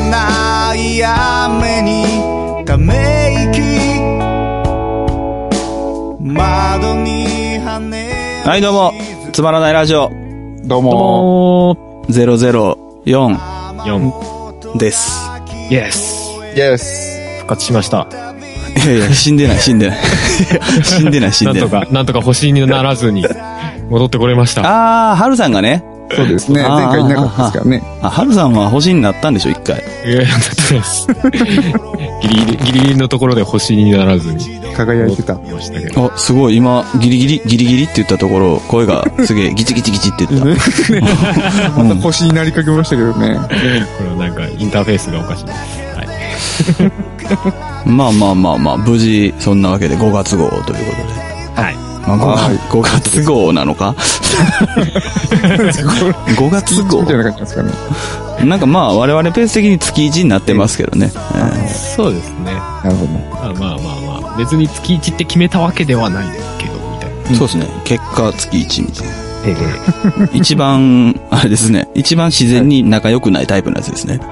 ない雨にため息窓に跳ねはい、どうも、つまらないラジオ。 どうも 004です。 イエス。 イエス。 復活しました。 いやいや、死んでない。死んでない。 なんとか星にならずに戻ってこれました。 ハルさんがね。 そうですね。前回いなかったですからね。 ハルさんは星になったんでしょ、一回。 いや、なってないです。ギリギリのところで星にならずに。 輝いてた。 あ、すごい、今、ギリギリって言ったところ、声がすげえギチギチギチって言った。 また星になりかけましたけどね。 これはなんか、インターフェースがおかしいです。はい。 まあ、無事、そんなわけで5月号ということで。 はい。 まあ、5月号なのか5月号みたいな感じですかね。 なんかまあ我々ペース的に月1になってますけどね。 そうですね。 なるほど。 まあ。別に月1って決めたわけではないけど、みたいな。 そうですね。結果月1みたいな。一番、あれですね。一番自然に仲良くないタイプのやつですね。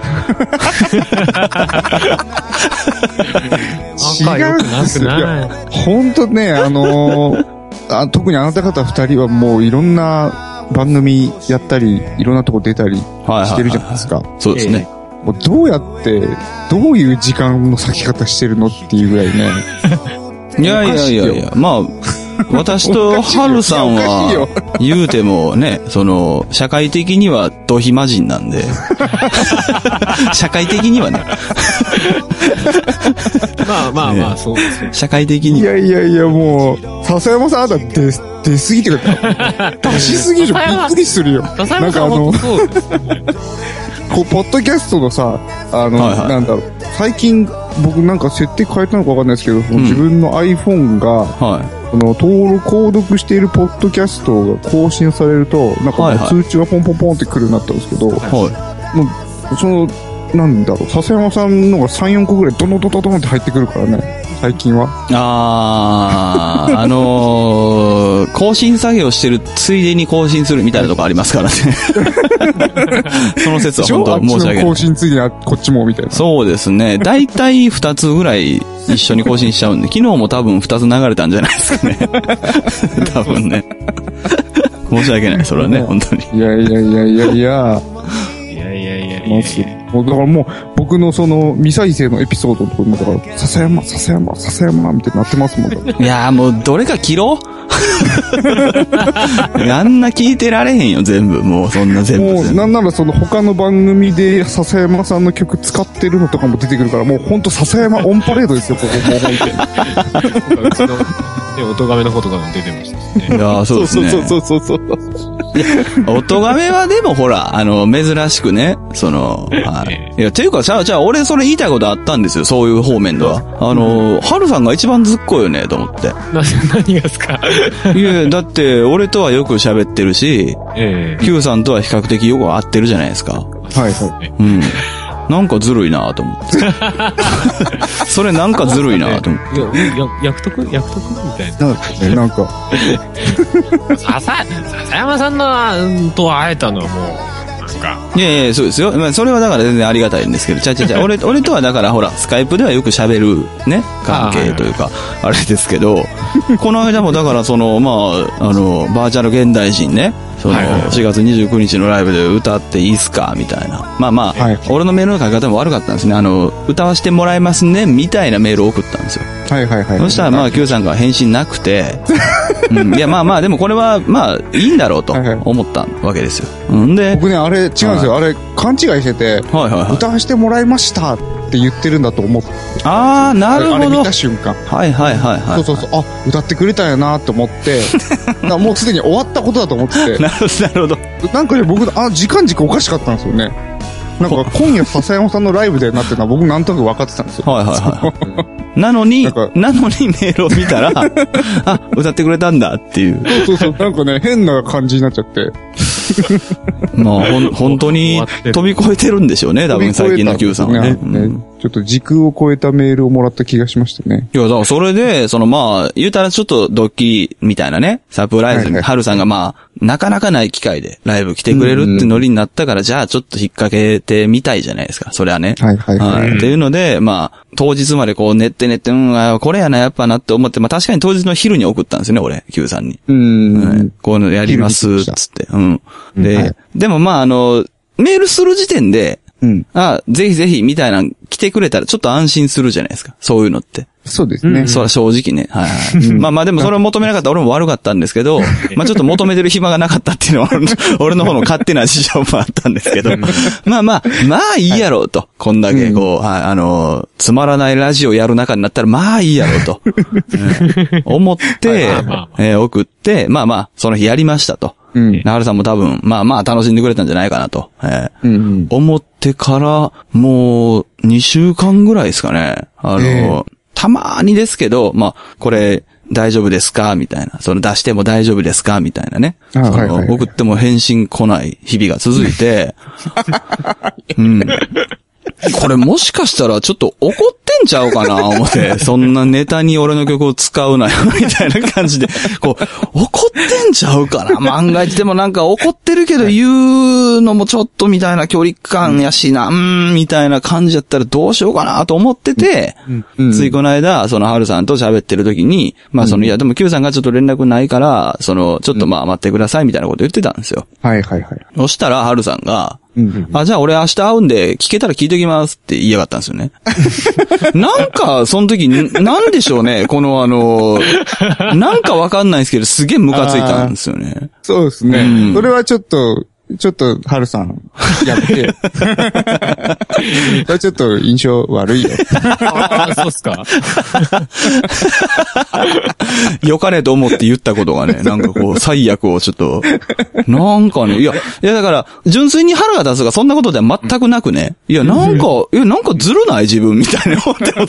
違うんですよ。ほんとね、特にあなた方二人はもういろんな番組やったり、いろんなとこ出たりしてるじゃないですか。 そうですね。 もうどうやって、どういう時間の割き方してるのっていうぐらいね。 いや、まあ、私とハルさんは、言うてもね、社会的にはド暇人なんで。社会的にはね。 まあ、そうですね。 社会的に。 いや、もう、笹山さんあんた出すぎてくれた。出しすぎでしょ。びっくりするよ。 なんかそうですね。 こう、ポッドキャストのさ、なんだろう、最近、僕なんか設定変えたのかわかんないですけど、自分の iPhone が、購読しているポッドキャストが更新されると、なんかもう通知がポンポンポンって来るようになったんですけど、もう、なんだろう、笹山さんのが3、4個ぐらいドンって入ってくるからね、最近は。 更新作業してるついでに更新するみたいなとこありますからね。その説は本当申し訳ない。 更新ついでにこっちもみたいな。 そうですね。だいたい2つぐらい一緒に更新しちゃうんで、昨日も多分2つ流れたんじゃないですかね。多分ね。申し訳ない、それはね、本当に。 いや。もうだからもう、僕の未再生のエピソードのところも、だから、笹山、みたいになってますもん。 いやーもう、どれか切ろうあんな聞いてられへんよ、全部。もう、そんな全部。 もう、なんなら他の番組で笹山さんの曲使ってるのとかも出てくるから、もうほんと笹山オンパレードですよ、ここもう本当に。 うちの、おとがめの方とかも出てましたね。 いやー、そうですね。 そう。 おとがめはでもほら、珍しくね、はい。いや、ていうかじゃあ、俺それ言いたいことあったんですよ、そういう方面では。ハルさんが一番ずっこいよね、と思って。 何がですか？ いや、だって、俺とはよく喋ってるし、Q さんとは比較的よく会ってるじゃないですか。 はい。 うん。なんかずるいなと思って。それなんかずるいなと思って。 役得みたいな。 なんか。 笹山さんの、と会えたのはもう、なんか。 いや、そうですよ。まあ、それはだから全然ありがたいんですけど、俺とはだからほら、スカイプではよく喋るね、関係というか、あれですけど、この間もだからバーチャル現代人ね、4月29日のライブで歌っていいっすかみたいな。まあ、俺のメールの書き方も悪かったんですね。歌わせてもらえますねみたいなメールを送ったんですよ。 はい。 そしたらQ さんが返信なくて、いやでもこれはいいんだろうと思ったわけですよ。で、 僕ね、あれ違うんですよ。あれ勘違いしてて、歌わせてもらいましたって言ってるんだと思って。 なるほど。 あれ見た瞬間。 はい。 そう。歌ってくれたんやなと思って、もうすでに終わったことだと思ってて。 なるほど。 なんかね、僕、時間軸おかしかったんですよね。なんか、今夜笹山さんのライブでなってるのは僕なんとなく分かってたんですよ。なのにメールを見たら、歌ってくれたんだっていう。 そう。なんかね、変な感じになっちゃって。 まあ、本当に飛び越えてるんでしょうね、多分最近の Q さんはね。 ちょっと時空を超えたメールをもらった気がしましたね。 いや、だからそれで、言うたらちょっとドッキリみたいなね、サプライズに、ハルさんがなかなかない機会でライブ来てくれるってノリになったから、じゃあちょっと引っ掛けてみたいじゃないですか。それはね。 はいはいはい。 っていうので、当日までこう練って、これやな、やっぱなって思って、確かに当日の昼に送ったんですよね、俺、Q さんに。こういうのやります、つって。で、でもメールする時点で、ぜひぜひ、みたいな、来てくれたらちょっと安心するじゃないですか。そういうのって。 そうですね。 それは正直ね。はいはい。でもそれを求めなかったら俺も悪かったんですけど、ちょっと求めてる暇がなかったっていうのは俺の方の勝手な事情もあったんですけど、いいやろうと。こんだけつまらないラジオやる中になったらいいやろうと。思って、送って、その日やりましたと。なるさんも多分、楽しんでくれたんじゃないかなと、思ってから、もう、2週間ぐらいですかね。たまにですけど、これ、大丈夫ですかみたいな。出しても大丈夫ですかみたいなね。送っても返信来ない日々が続いて、これもしかしたらちょっと怒ってんちゃうかな思って、そんなネタに俺の曲を使うなよ、みたいな感じで、怒ってんちゃうかな万が一でも怒ってるけど言うのもちょっとみたいな距離感やしな、みたいな感じだったらどうしようかなと思ってて、ついこの間、ハルさんと喋ってる時に、いやでも Q さんがちょっと連絡ないから、ちょっと待ってくださいみたいなこと言ってたんですよ。 はいはいはい。 そしたら、ハルさんが、じゃあ俺明日会うんで、聞けたら聞いときますって言いやがったんですよね。その時に、なんでしょうね、なんかわかんないですけど、すげえムカついたんですよね。 そうですね。それはちょっと、ハルさん、やめて。それはちょっと印象悪いよ。 そうっすか。 よかれと思って言ったことがね、最悪をちょっと、いやだから、純粋に腹が立つがそんなことでは全くなくね、ずるない自分みたいな思って。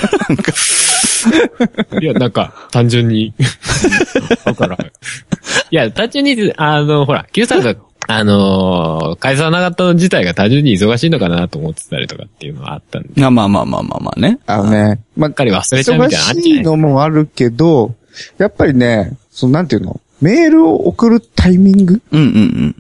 いや、単純に。だから。いや、単純に、ほら、Q さんが、解散なかった自体が単純に忙しいのかなと思ってたりとかっていうのはあったんで。 ね。 ばっかり忘れちゃうみたいなのあるじゃない忙しいのもあるけど、やっぱりね、なんていうのメールを送るタイミング言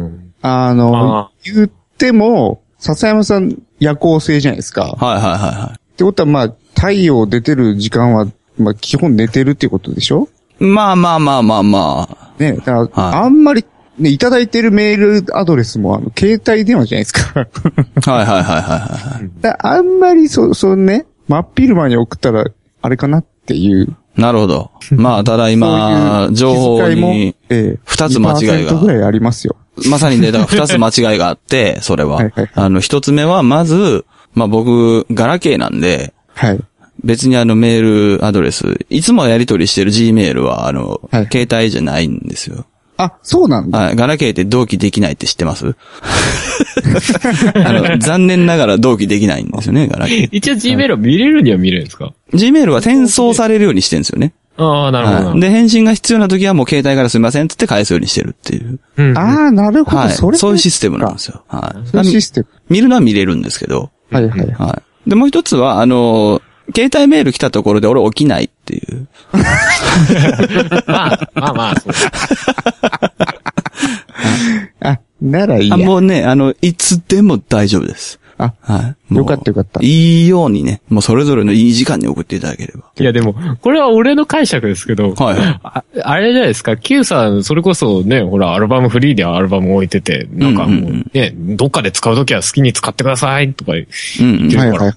っても、笹山さん夜行性じゃないですか。ってことは太陽出てる時間は、基本寝てるっていうことでしょ？ね、だから、あんまり、ね、いただいてるメールアドレスも携帯電話じゃないですか。あんまり真っ昼間に送ったら、あれかなっていう。 なるほど。ただ今、情報に、二つ間違いが。 2% ぐらいありますよ。 まさにね、だから二つ間違いがあって、それは。一つ目は、まず、僕、ガラケーなんで、別にメールアドレス、いつもやり取りしてる Gmail は、携帯じゃないんですよ。 あ、そうなんだ。 ガラケーって同期できないって知ってます残念ながら同期できないんですよね、ガラケー。 一応 Gmail を見れるには見れるんですか？ Gmail は転送されるようにしてるんですよね。 ああ、なるほど。 で、返信が必要な時はもう携帯からすいませんって返すようにしてるっていう。 ああ、なるほど。 そういうシステムなんですよ。 そういうシステム。 見るのは見れるんですけど。で、もう一つは、携帯メール来たところで俺起きないっていう。 まあ、そう。 ならいいや。 もうね、いつでも大丈夫です。 よかったよかった。 いいようにね、もうそれぞれのいい時間に送っていただければ。 いやでも、これは俺の解釈ですけど、あれじゃないですか、Q さん、それこそね、ほら、アルバムフリーでアルバム置いてて、もうね、どっかで使うときは好きに使ってくださいとか言ってるから、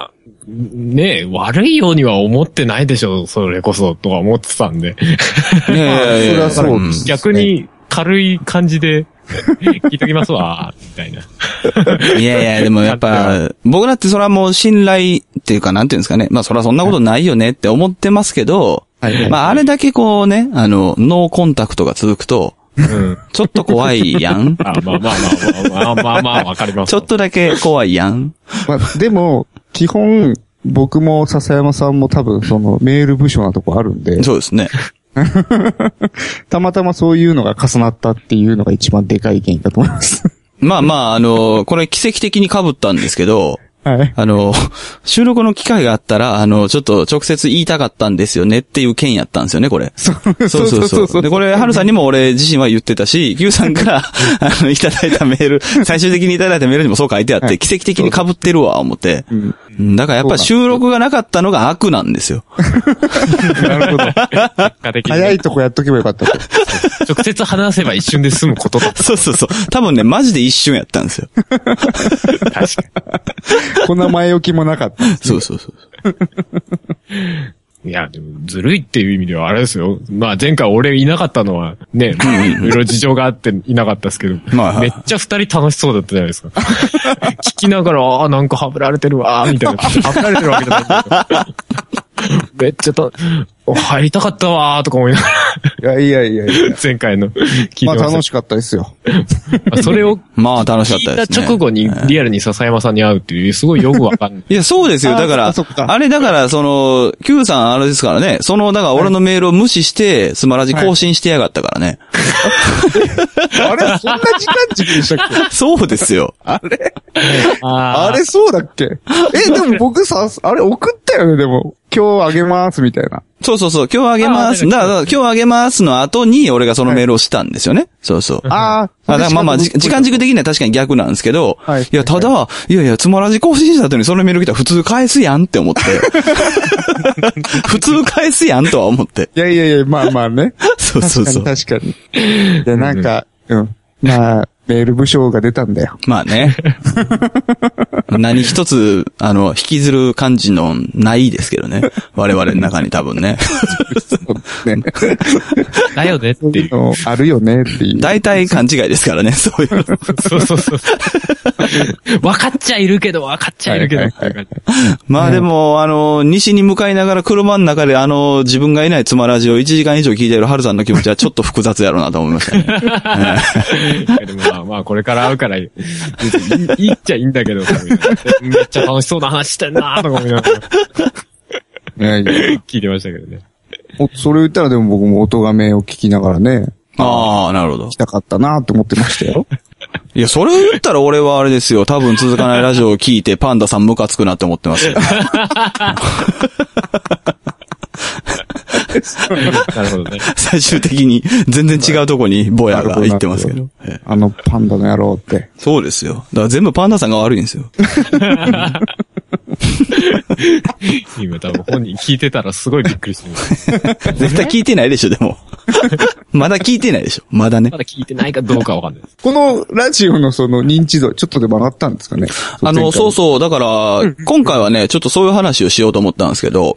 ねえ、悪いようには思ってないでしょ、それこそ、とは思ってたんで。 それはそうです。 逆に軽い感じで、聞いときますわ、みたいな。 いや、でもやっぱ、僕だってそれはもう信頼っていうか、なんていうんですかね。それはそんなことないよねって思ってますけど、あれだけノーコンタクトが続くと、ちょっと怖いやん。 まあ、わかります。 ちょっとだけ怖いやん。 でも、基本、僕も笹山さんも多分メール部署なとこあるんで。 そうですね。 たまたまそういうのが重なったっていうのが一番でかい原因だと思います。 これ奇跡的に被ったんですけど、 はい。 収録の機会があったら、ちょっと直接言いたかったんですよねっていう件やったんですよね、これ。そう。で、これ、春さんにも俺自身は言ってたし、Q さんから、いただいたメール、最終的にいただいたメールにもそう書いてあって、奇跡的に被ってるわ、思って。だからやっぱり収録がなかったのが悪なんですよ。 なるほど。早いとこやっとけばよかったと。 直接話せば一瞬で済むことだった。 そう。多分ね、マジで一瞬やったんですよ。 確かに。こんな前置きもなかった。 そう。 いや、でも、ずるいっていう意味ではあれですよ。まあ、前回俺いなかったのは、ね、いろいろ事情があっていなかったですけど、めっちゃ二人楽しそうだったじゃないですか。聞きながら、なんかハブられてるわみたいな。ハブられてるわけじゃないけど。めっちゃ入りたかったわとか思いながら。いや。 前回の聞いてま楽しかったですよ。 それを、 楽しかったですね。 聞いた直後にリアルに笹山さんに会うっていう、すごいよくわかんない。 いや、そうですよ。だから、あれだから、Q さんあれですからね、だから俺のメールを無視して、スマラジ更新してやがったからね。 あれそんな時間軸でしたっけ？ そうですよ。 あれそうだっけ？でも僕さ、あれ送ったよね、でも。今日あげますみたいな。 そう。今日あげます。だから今日あげますの後に俺がそのメールをしたんですよね。そう。だからまあ時間軸的には確かに逆なんですけど。いや、ただ、いや、つまらじ更新した後にそのメール来たら普通返すやんって思って。普通返すやんとは思って。 いや、まあね。 そう。 確かに。で、なんか、まあ、メール武将が出たんだよ。 まあね。何一つ、引きずる感じのないですけどね。我々の中に多分ね。 そうね。だよねっていう。 あるよねっていう。 大体勘違いですからね、そういう。 そう。分かっちゃいるけど。 まあでも、西に向かいながら車の中で自分がいないつまらじを1時間以上聞いている春さんの気持ちはちょっと複雑やろうなと思いましたね。 でもまあこれから会うからいいっちゃいいんだけど、めっちゃ楽しそうな話してんなーとか思いながら聞いてましたけどね。 それ言ったらでも僕も音がめを聞きながらね。 ああ、なるほど。 聞きたかったなーって思ってましたよ。 いや、それを言ったら俺はあれですよ。多分続かないラジオを聞いてパンダさんムカつくなって思ってますよ。 なるほどね。 最終的に全然違うとこにボヤが行ってますけど。 パンダの野郎って。 そうですよ。だから全部パンダさんが悪いんですよ。 今多分本人聞いてたらすごいびっくりしてる。 絶対聞いてないでしょ、でも。まだ聞いてないでしょ。まだね。 まだ聞いてないかどうかわかんないです。 このラジオのその認知度、ちょっとでも上がったんですかね。 そう。だから、今回はね、ちょっとそういう話をしようと思ったんですけど、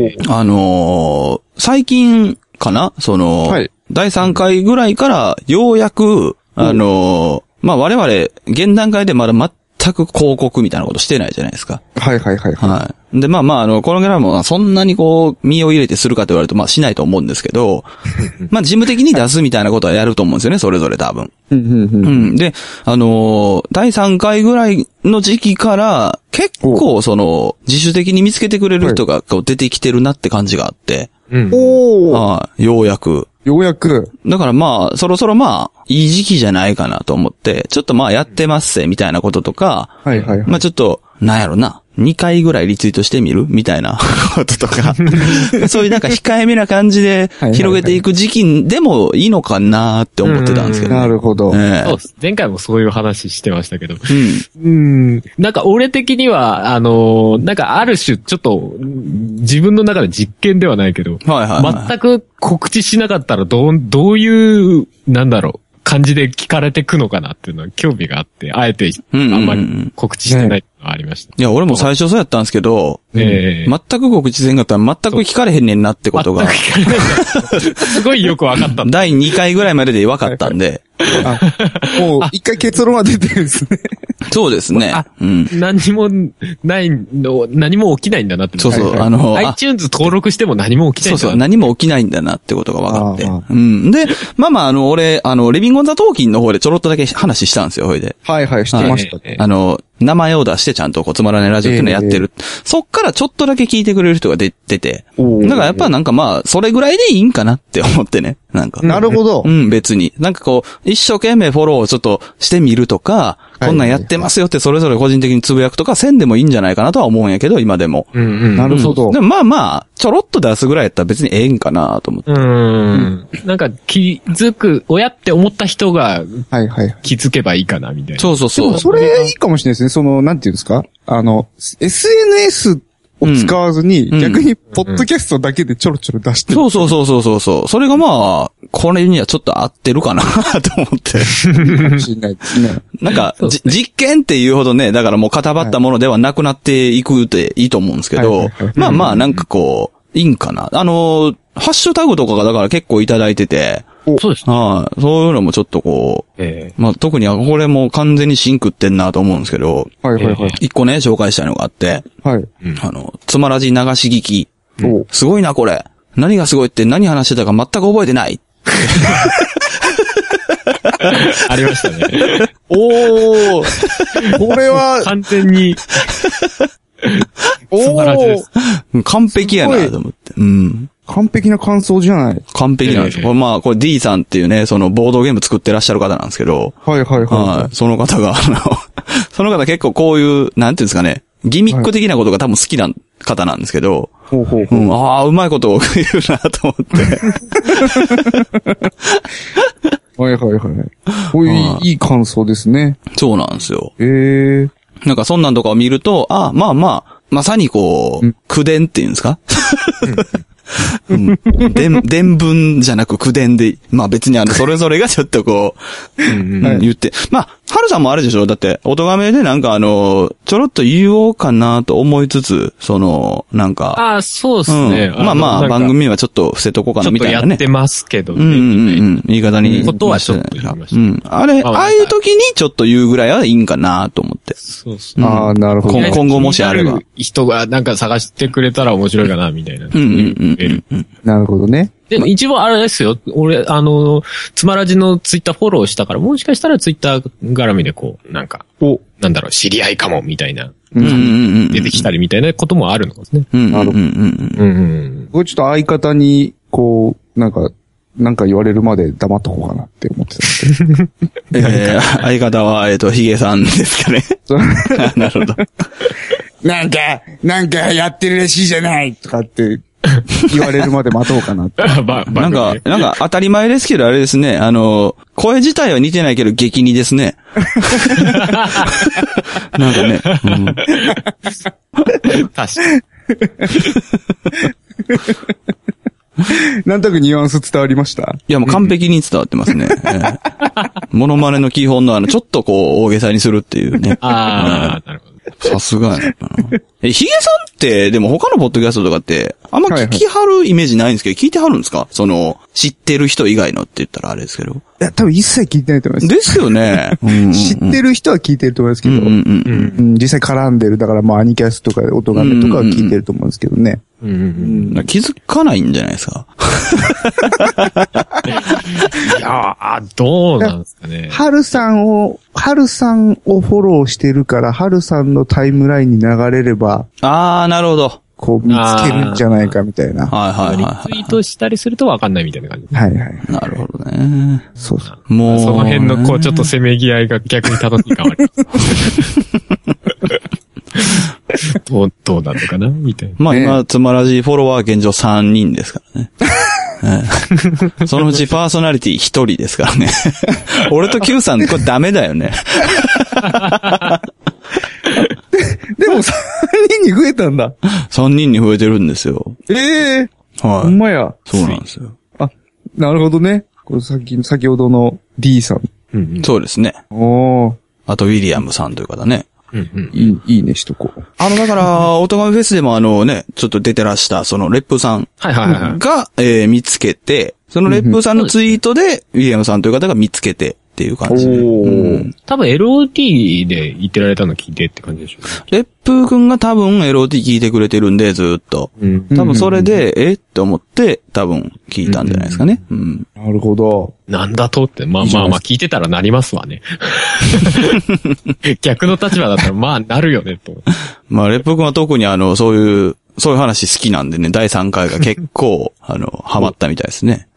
最近かな第3回ぐらいから、ようやく、まあ、我々、現段階でまだ全く広告みたいなことしてないじゃないですか。 はい。 で、まあ、このぐらいもそんなに身を入れてするかと言われると、まあ、しないと思うんですけど、まあ、事務的に出すみたいなことはやると思うんですよね、それぞれ多分。で、第3回ぐらいの時期から、結構自主的に見つけてくれる人が出てきてるなって感じがあって、ようやく。だからまあ、そろそろまあ、いい時期じゃないかなと思って、ちょっとまあやってますせ、みたいなこととか、まあちょっと、なんやろな、2回ぐらいリツイートしてみるみたいなこととか、そういうなんか控えめな感じで広げていく時期でもいいのかなって思ってたんですけど、ね。 なるほど。 そうです。前回もそういう話してましたけど。なんか俺的には、なんかある種ちょっと自分の中で実験ではないけど、全く告知しなかったらどういう、なんだろう。感じで聞かれてくのかなっていうのは興味があって、あえてあんまり告知してないのがありました。 いや、俺も最初そうやったんですけど、全く告知せんかったら全く聞かれへんねんなってことが。 全く聞かれない。すごいよく分かった。 第2回ぐらいまでで分かったんで。 もう一回結論は出てるんですね。 そうですね。 何もないの、何も起きないんだなって。 そう。 iTunes 登録しても何も起きないんだな。 そう、何も起きないんだなってことが分かって。で、まあ俺、リビングオンザトーキンの方でちょろっとだけ話したんですよ、ほいで。 はい、してましたね。 名前を出してちゃんとこうつまらないラジオっていうのをやってる。そっからちょっとだけ聞いてくれる人が出て。だからやっぱなんかまあ、それぐらいでいいんかなって思ってね。なんか。 なるほど。 うん、別に。なんかこう、一生懸命フォローをちょっとしてみるとか、こんなんやってますよってそれぞれ個人的につぶやくとかせんでもいいんじゃないかなとは思うんやけど、今でも。 なるほど。 でもまあまあ、ちょろっと出すぐらいやったら別にええんかなと思って。 なんか気づく、親って思った人が、気づけばいいかな、みたいな。 そうそうそう。 それいいかもしれないですね。なんていうんですかSNS を使わずに、逆に、ポッドキャストだけでちょろちょろ出してる。 そう。それがまあ、これにはちょっと合ってるかなと思って。 かもしれないですね。 なんか、実験っていうほどね、だからもう固まったものではなくなっていくっていいと思うんですけど、まあまあ、なんかこう、いいんかな。ハッシュタグとかがだから結構いただいてて、 そうですね。 はい。そういうのもちょっとこう、まあ特にこれも完全にシンクってんなと思うんですけど、一個ね、紹介したいのがあって、つまらじ流し聞き。すごいな、これ。何がすごいって何話してたか全く覚えてない。 ありましたね。 これは、 完全に、素晴らしいです。 完璧やなと思って。 完璧な感想じゃない。 完璧なんですよ。これ D さんっていうね、そのボードゲーム作ってらっしゃる方なんですけど。その方が、その方結構こういう、なんていうんですかね、ギミック的なことが多分好きな方なんですけど。ああ、うまいことを言うなと思って。 いい感想ですね。 そうなんですよ。 なんかそんなんとかを見ると、まあまあ、まさにこう、口伝っていうんですか伝文じゃなく口伝で、まあ別にそれぞれがちょっとこう、言って。まあ、はるさんもあれでしょだって、おとがめでなんかちょろっと言おうかなと思いつつ、なんか。 そうですね。 まあまあ、番組はちょっと伏せとこうかなみたいなね。 ちょっとやってますけどね。 言い方に。 ことはちょっと言いました。 ああいう時にちょっと言うぐらいはいいんかなと思って。 そうですね。 なるほど。 今後もしあれば。 人がなんか探してくれたら面白いかな、みたいな。 なるほどね。 でも一応あれですよ。俺、つまらじのツイッターフォローしたから、もしかしたらツイッター絡みでこう、なんか、なんだろう、知り合いかも、みたいな。出てきたりみたいなこともあるのですね。 なるほど。これちょっと相方に、こう、なんか言われるまで黙っとこうかなって思ってた。相方は、ヒゲさんですかね。なるほど。 なんかやってるらしいじゃないとかって言われるまで待とうかなって。 なんか当たり前ですけどあれですね、声自体は似てないけど激似ですね。なんかね。 確かに。 なんとなくニュアンス伝わりました？ いやもう完璧に伝わってますね。モノマネの基本のちょっとこう大げさにするっていうね。 なるほど。 さすがやな。ヒゲさんって、でも他のポッドキャストとかって、あんま聞きはるイメージないんですけど、聞いてはるんですか？知ってる人以外のって言ったらあれですけど。 いや、多分一切聞いてないと思います。 ですよね。 知ってる人は聞いてると思いますけど、実際絡んでる、だからアニキャスとか、オトガメとかは聞いてると思うんですけどね。 気づかないんじゃないですか。 いやどうなんですかね。 ハルさんをフォローしてるから、ハルさんのタイムラインに流れれば。 なるほど。 こう見つけるんじゃないかみたいな。 リツイートしたりすると分かんないみたいな感じ。 なるほどね。 そう。 もう。その辺のちょっとせめぎ合いが逆に楽しいかもあります。どうなのかなみたいな。 まあ今、つまらじフォロワー現状3人ですからね。そのうちパーソナリティ1人ですからね。俺と Q さんこれダメだよね。 でも3人に増えたんだ。 3人に増えてるんですよ。 はい。ほんまや。 そうなんですよ。 なるほどね。これ先ほどの D さん。そうですね。あとウィリアムさんという方ね。 いいねしとこう。 だから、オトガメフェスでもちょっと出てらした、そのレップさんが、見つけて、そのレップさんのツイートで、ウィリアムさんという方が見つけて、 っていう感じで。 多分 LOT で言ってられたの聞いてって感じでしょうね。 烈風くんが多分 LOT 聞いてくれてるんで、ずーっと。多分それで、って思って、多分聞いたんじゃないですかね。 なるほど。 なんだとって、まあ聞いてたらなりますわね。逆の立場だったらまあなるよね、と。 まあ、烈風くんは特にそういう話好きなんでね、第3回が結構、ハマったみたいですね。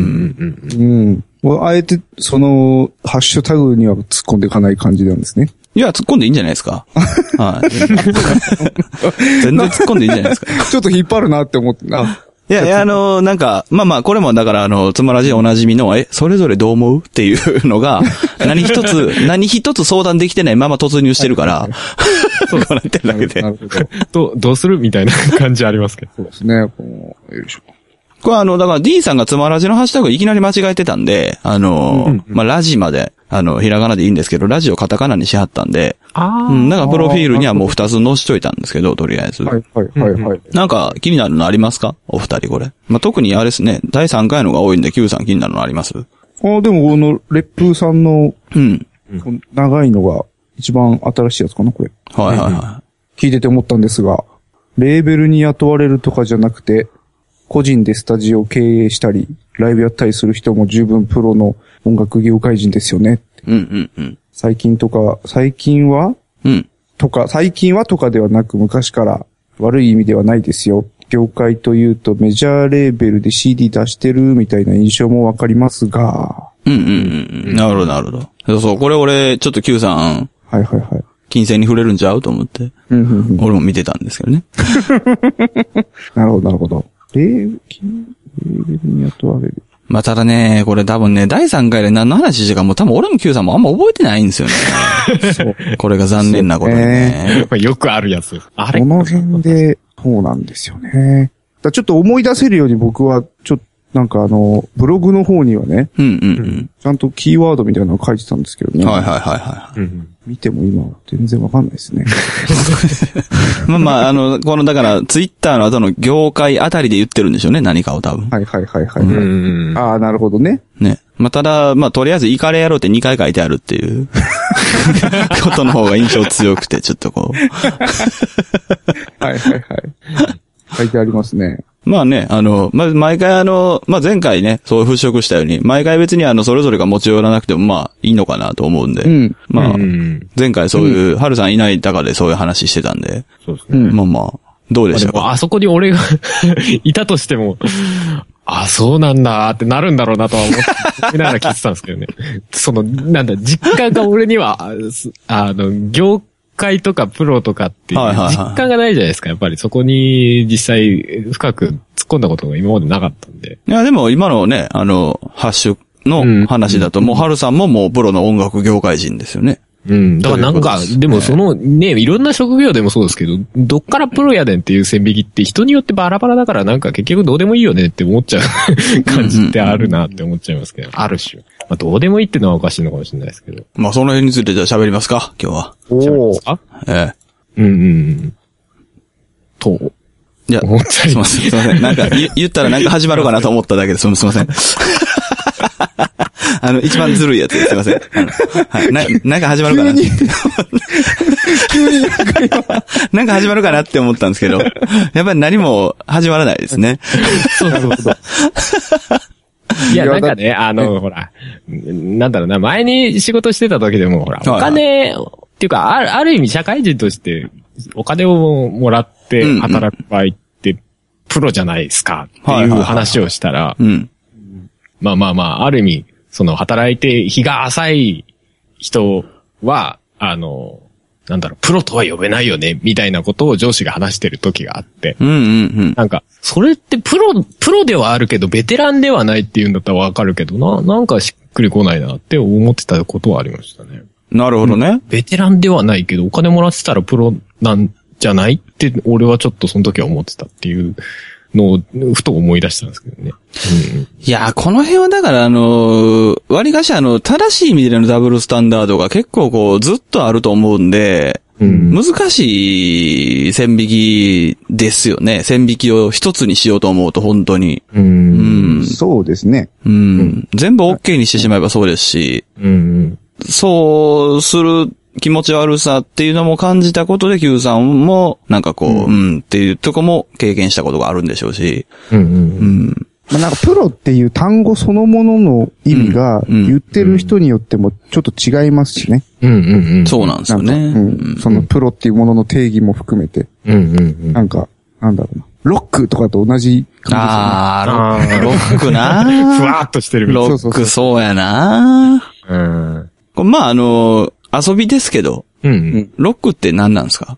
あえて、ハッシュタグには突っ込んでいかない感じなんですね。 いや、突っ込んでいいんじゃないですか。はい。全然突っ込んでいいんじゃないですか。 ちょっと引っ張るなって思って。 いや、なんか、まあ、これもだから、つまらじおなじみの、それぞれどう思うっていうのが、何一つ相談できてないまま突入してるから、そうなってるだけで。なるほど。どうするみたいな感じありますけど。 そうですね。よいしょ。 これだから D さんがつまらじのハッシュタグいきなり間違えてたんで、まあ、ラジまで、ひらがなでいいんですけど、ラジオカタカナにしはったんで、だからプロフィールにはもう2つ載しといたんですけど、とりあえず。はい。なんか気になるのありますかお二人これ。まあ、特にあれですね、第3回のが多いんで、Q さん気になるのあります？ でも烈風さんの、長いのが一番新しいやつかな、これ。 はい。 聞いてて思ったんですが、レーベルに雇われるとかじゃなくて、個人でスタジオを経営したり、ライブやったりする人も十分プロの音楽業界人ですよね。最近はとかではなく昔から悪い意味ではないですよ。業界というとメジャーレーベルで CD 出してるみたいな印象もわかりますが。 なるほど。そう、これ俺、ちょっと Q さん。金銭に触れるんちゃうと思って。俺も見てたんですけどね。 なるほど。レーベルに雇われる。 まあ、ただね、これ多分ね、第3回で何の話してかもう多分俺も Q さんもあんま覚えてないんですよね。これが残念なことでね。 よくあるやつ。 あれこの辺で、そうなんですよね。ちょっと思い出せるように僕は、なんかブログの方にはね、ちゃんとキーワードみたいなのを書いてたんですけどね。見ても今全然わかんないですね。 まあ、このだからツイッターの後の業界あたりで言ってるんでしょうね、何かを多分。ああ、なるほどね。ね。まあ、ただ、まあ、とりあえずイカレやろうって2回書いてあるっていうことの方が印象強くて、ちょっとこう。 書いてありますね。 まあね、毎回まあ、前回ね、そう払拭したように、毎回別にそれぞれが持ち寄らなくてもまあ、いいのかなと思うんで。まあ、前回そういう、春さんいない中でそういう話してたんで。 そうですね。 まあ、どうでしたか？ あそこに俺がいたとしても、そうなんだってなるんだろうなとは思いながら聞いてたんですけどね。実感が俺には、業界とかプロとかっていう実感がないじゃないですか。やっぱりそこに実際深く突っ込んだことが今までなかったんで。 いや、でも今のね、ハッシュの話だと、もう春さんももうプロの音楽業界人ですよね。 だからなんか、でもいろんな職業でもそうですけど、どっからプロやねんっていう線引きって人によってバラバラだからなんか結局どうでもいいよねって思っちゃう感じってあるなって思っちゃいますけど、ある種。まあどうでもいいってのはおかしいのかもしれないですけど。 まあその辺についてじゃあ喋りますか、今日は。 喋りますか？ いや、すいません。なんか言ったらなんか始まるかなと思っただけです。すいません。一番ずるいやつです。すいません。なんか始まるかなって。 急になんか始まるかなって思ったんですけど、やっぱり何も始まらないですね。 そう。いや、なんかね、ほら、なんだろうな、前に仕事してた時でも、ほら、お金、っていうか、ある意味社会人として、お金をもらって働く場合って、プロじゃないですか、っていう話をしたら、まあ、ある意味、働いて日が浅い人は、プロとは呼べないよね、みたいなことを上司が話してる時があって。なんか、それってプロではあるけど、ベテランではないっていうんだったらわかるけどなんかしっくりこないなって思ってたことはありましたね。 なるほどね。 ベテランではないけど、お金もらってたらプロなんじゃないって、俺はちょっとその時は思ってたっていうのを、ふと思い出したんですけどね。 いや、この辺はだから割かし正しい意味でのダブルスタンダードが結構こうずっとあると思うんで、 難しい線引きですよね。線引きを一つにしようと思うと本当に。 そうですね。 全部 OK にしてしまえばそうですし、そうする気持ち悪さっていうのも感じたことで Q さんもなんかこう、っていうとこも経験したことがあるんでしょうし。 まあ、なんかプロっていう単語そのものの意味が言ってる人によってもちょっと違いますしね。 そうなんですよね。 そのプロっていうものの定義も含めて。なんか、なんだろうな。ロックとかと同じ感じですね。ロックなふわーっとしてる。 ロックそうやなまあ遊びですけど、ロックって何なんですか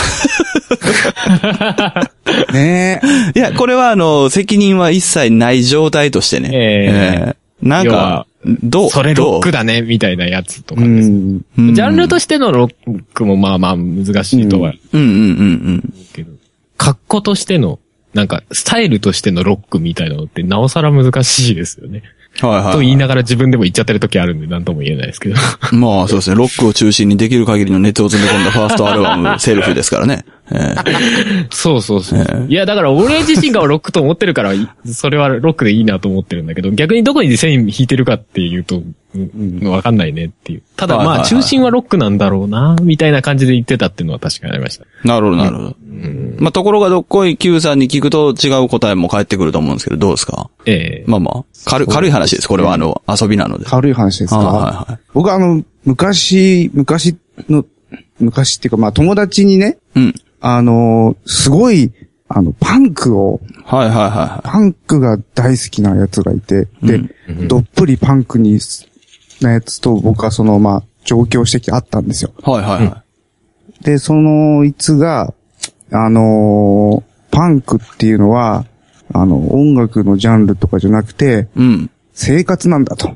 ねえ。いや、これは責任は一切ない状態としてね。なんか、 それロックだね、みたいなやつとかです。ジャンルとしてのロックもまあまあ難しいとは。けど、格好としての、なんか、スタイルとしてのロックみたいなのってなおさら難しいですよね。と言いながら自分でも言っちゃってる時あるんで何とも言えないですけど。 まあそうですね。ロックを中心にできる限りの熱を詰め込んだファーストアルバム、セルフですからね。 そう。いや、だから俺自身がロックと思ってるから、それはロックでいいなと思ってるんだけど、逆にどこに線引いてるかっていうと、わかんないねっていう。ただまあ中心はロックなんだろうな、みたいな感じで言ってたっていうのは確かにありました。 なるほど。まあところがどっこい Q さんに聞くと違う答えも返ってくると思うんですけど、どうですか？まあ、軽い話です。これは遊びなので。 軽い話ですか？僕昔っていうかまあ友達にね、すごい、パンクを、パンクが大好きなやつがいて、で、どっぷりパンクなやつと僕は上京してきて会ったんですよ。で、そのいつが、パンクっていうのは、音楽のジャンルとかじゃなくて、生活なんだと。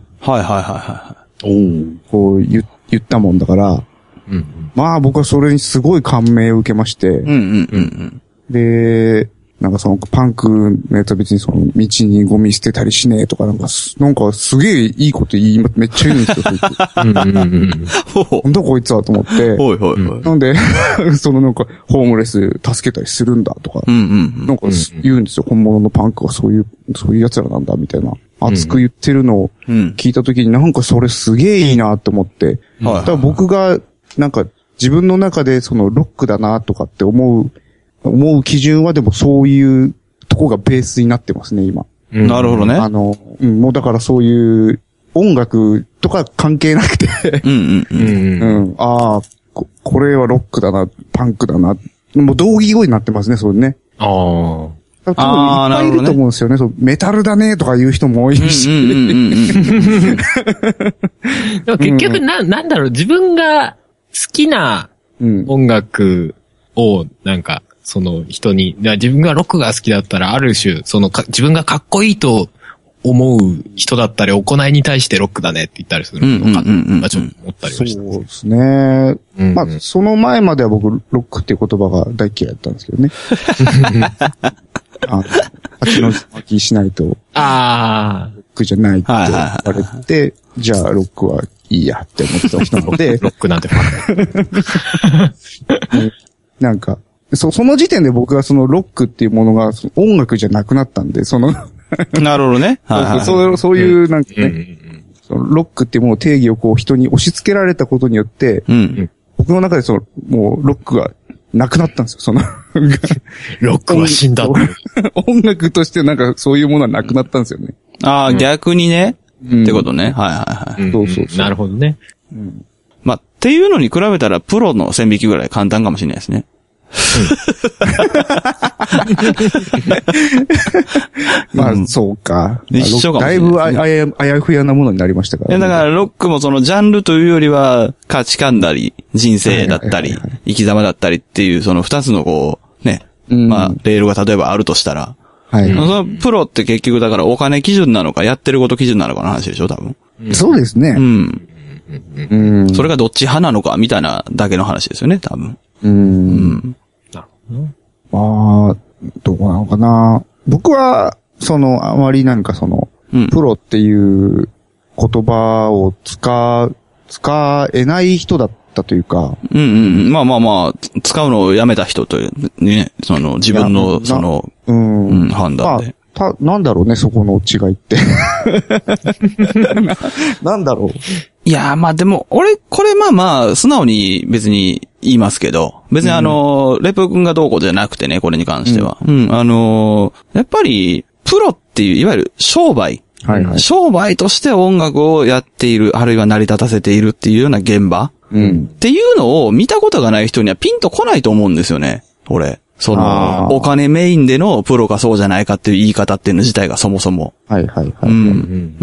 こう言ったもんだから、まあ僕はそれにすごい感銘を受けまして、で、なんかそのパンクのやつは別にその道にゴミ捨てたりしねえとかなんかすげえいいことめっちゃ言うんですよ。なんだこいつはと思って。なんで、なんかホームレス助けたりするんだとか、なんか言うんですよ。本物のパンクはそういう奴らなんだみたいな。熱く言ってるのを聞いたときになんかそれすげえいいなと思って。だから僕がなんか自分の中でそのロックだなとかって思う基準はでもそういうとこがベースになってますね、今。 なるほどね。 もうだからそういう音楽とか関係なくてこれはロックだな、パンクだな、もう同義語になってますね、それね。 多分いっぱいいると思うんですよね。メタルだねとか言う人も多いし。 でも結局なんだろう、自分が好きな音楽をなんか、その人に、自分がロックが好きだったらある種、自分がかっこいいと思う人だったり行いに対してロックだねって言ったりするのかな、ちょっと思ったりもした。 そうですね。まあ、その前までは僕、ロックっていう言葉が大嫌いだったんですけどね。蜂の巻きしないと、ロックじゃないって言われて、じゃあロックはいいやって思ってた人なので。 ロックなんてファンなんか、その時点で僕がそのロックっていうものが音楽じゃなくなったんで、 なるほどね。 そういうなんかね、ロックっていうもの定義をこう人に押し付けられたことによって、僕の中でもうロックがなくなったんですよ、 ロックは死んだ。 音楽としてなんかそういうものはなくなったんですよね。 逆にね。ってことね。 そう。 なるほどね。 まあ、っていうのに比べたらプロの線引きぐらい簡単かもしれないですね。 まあ、そうか。 一緒かもしだいぶあやふやなものになりましたからね。 だからロックもそのジャンルというよりは価値観だり、人生だったり、生き様だったりっていうその二つのこう、ね。まあ、レールが例えばあるとしたら、そのプロって結局だからお金基準なのかやってること基準なのかの話でしょ、多分。 そうですね。 それがどっち派なのかみたいなだけの話ですよね、多分。 なるほど。 まあ、どうなのかな。僕は、あまりなんかプロっていう言葉を使えない人だったったというか。 うんうん。まあ、使うのをやめた人という、ね、自分の、判断で。 なんだろうね、そこの違いって。なんだろう。 いや、まあでも、これ素直に別に言いますけど、別にレプ君がどうこうじゃなくてね、これに関しては。やっぱり、プロっていう、いわゆる商売。はいはい。商売として音楽をやっている、あるいは成り立たせているっていうような現場。っていうのを見たことがない人にはピンとこないと思うんですよね、俺。お金メインでのプロかそうじゃないかっていう言い方っていうの自体がそもそも。 はいはいはい。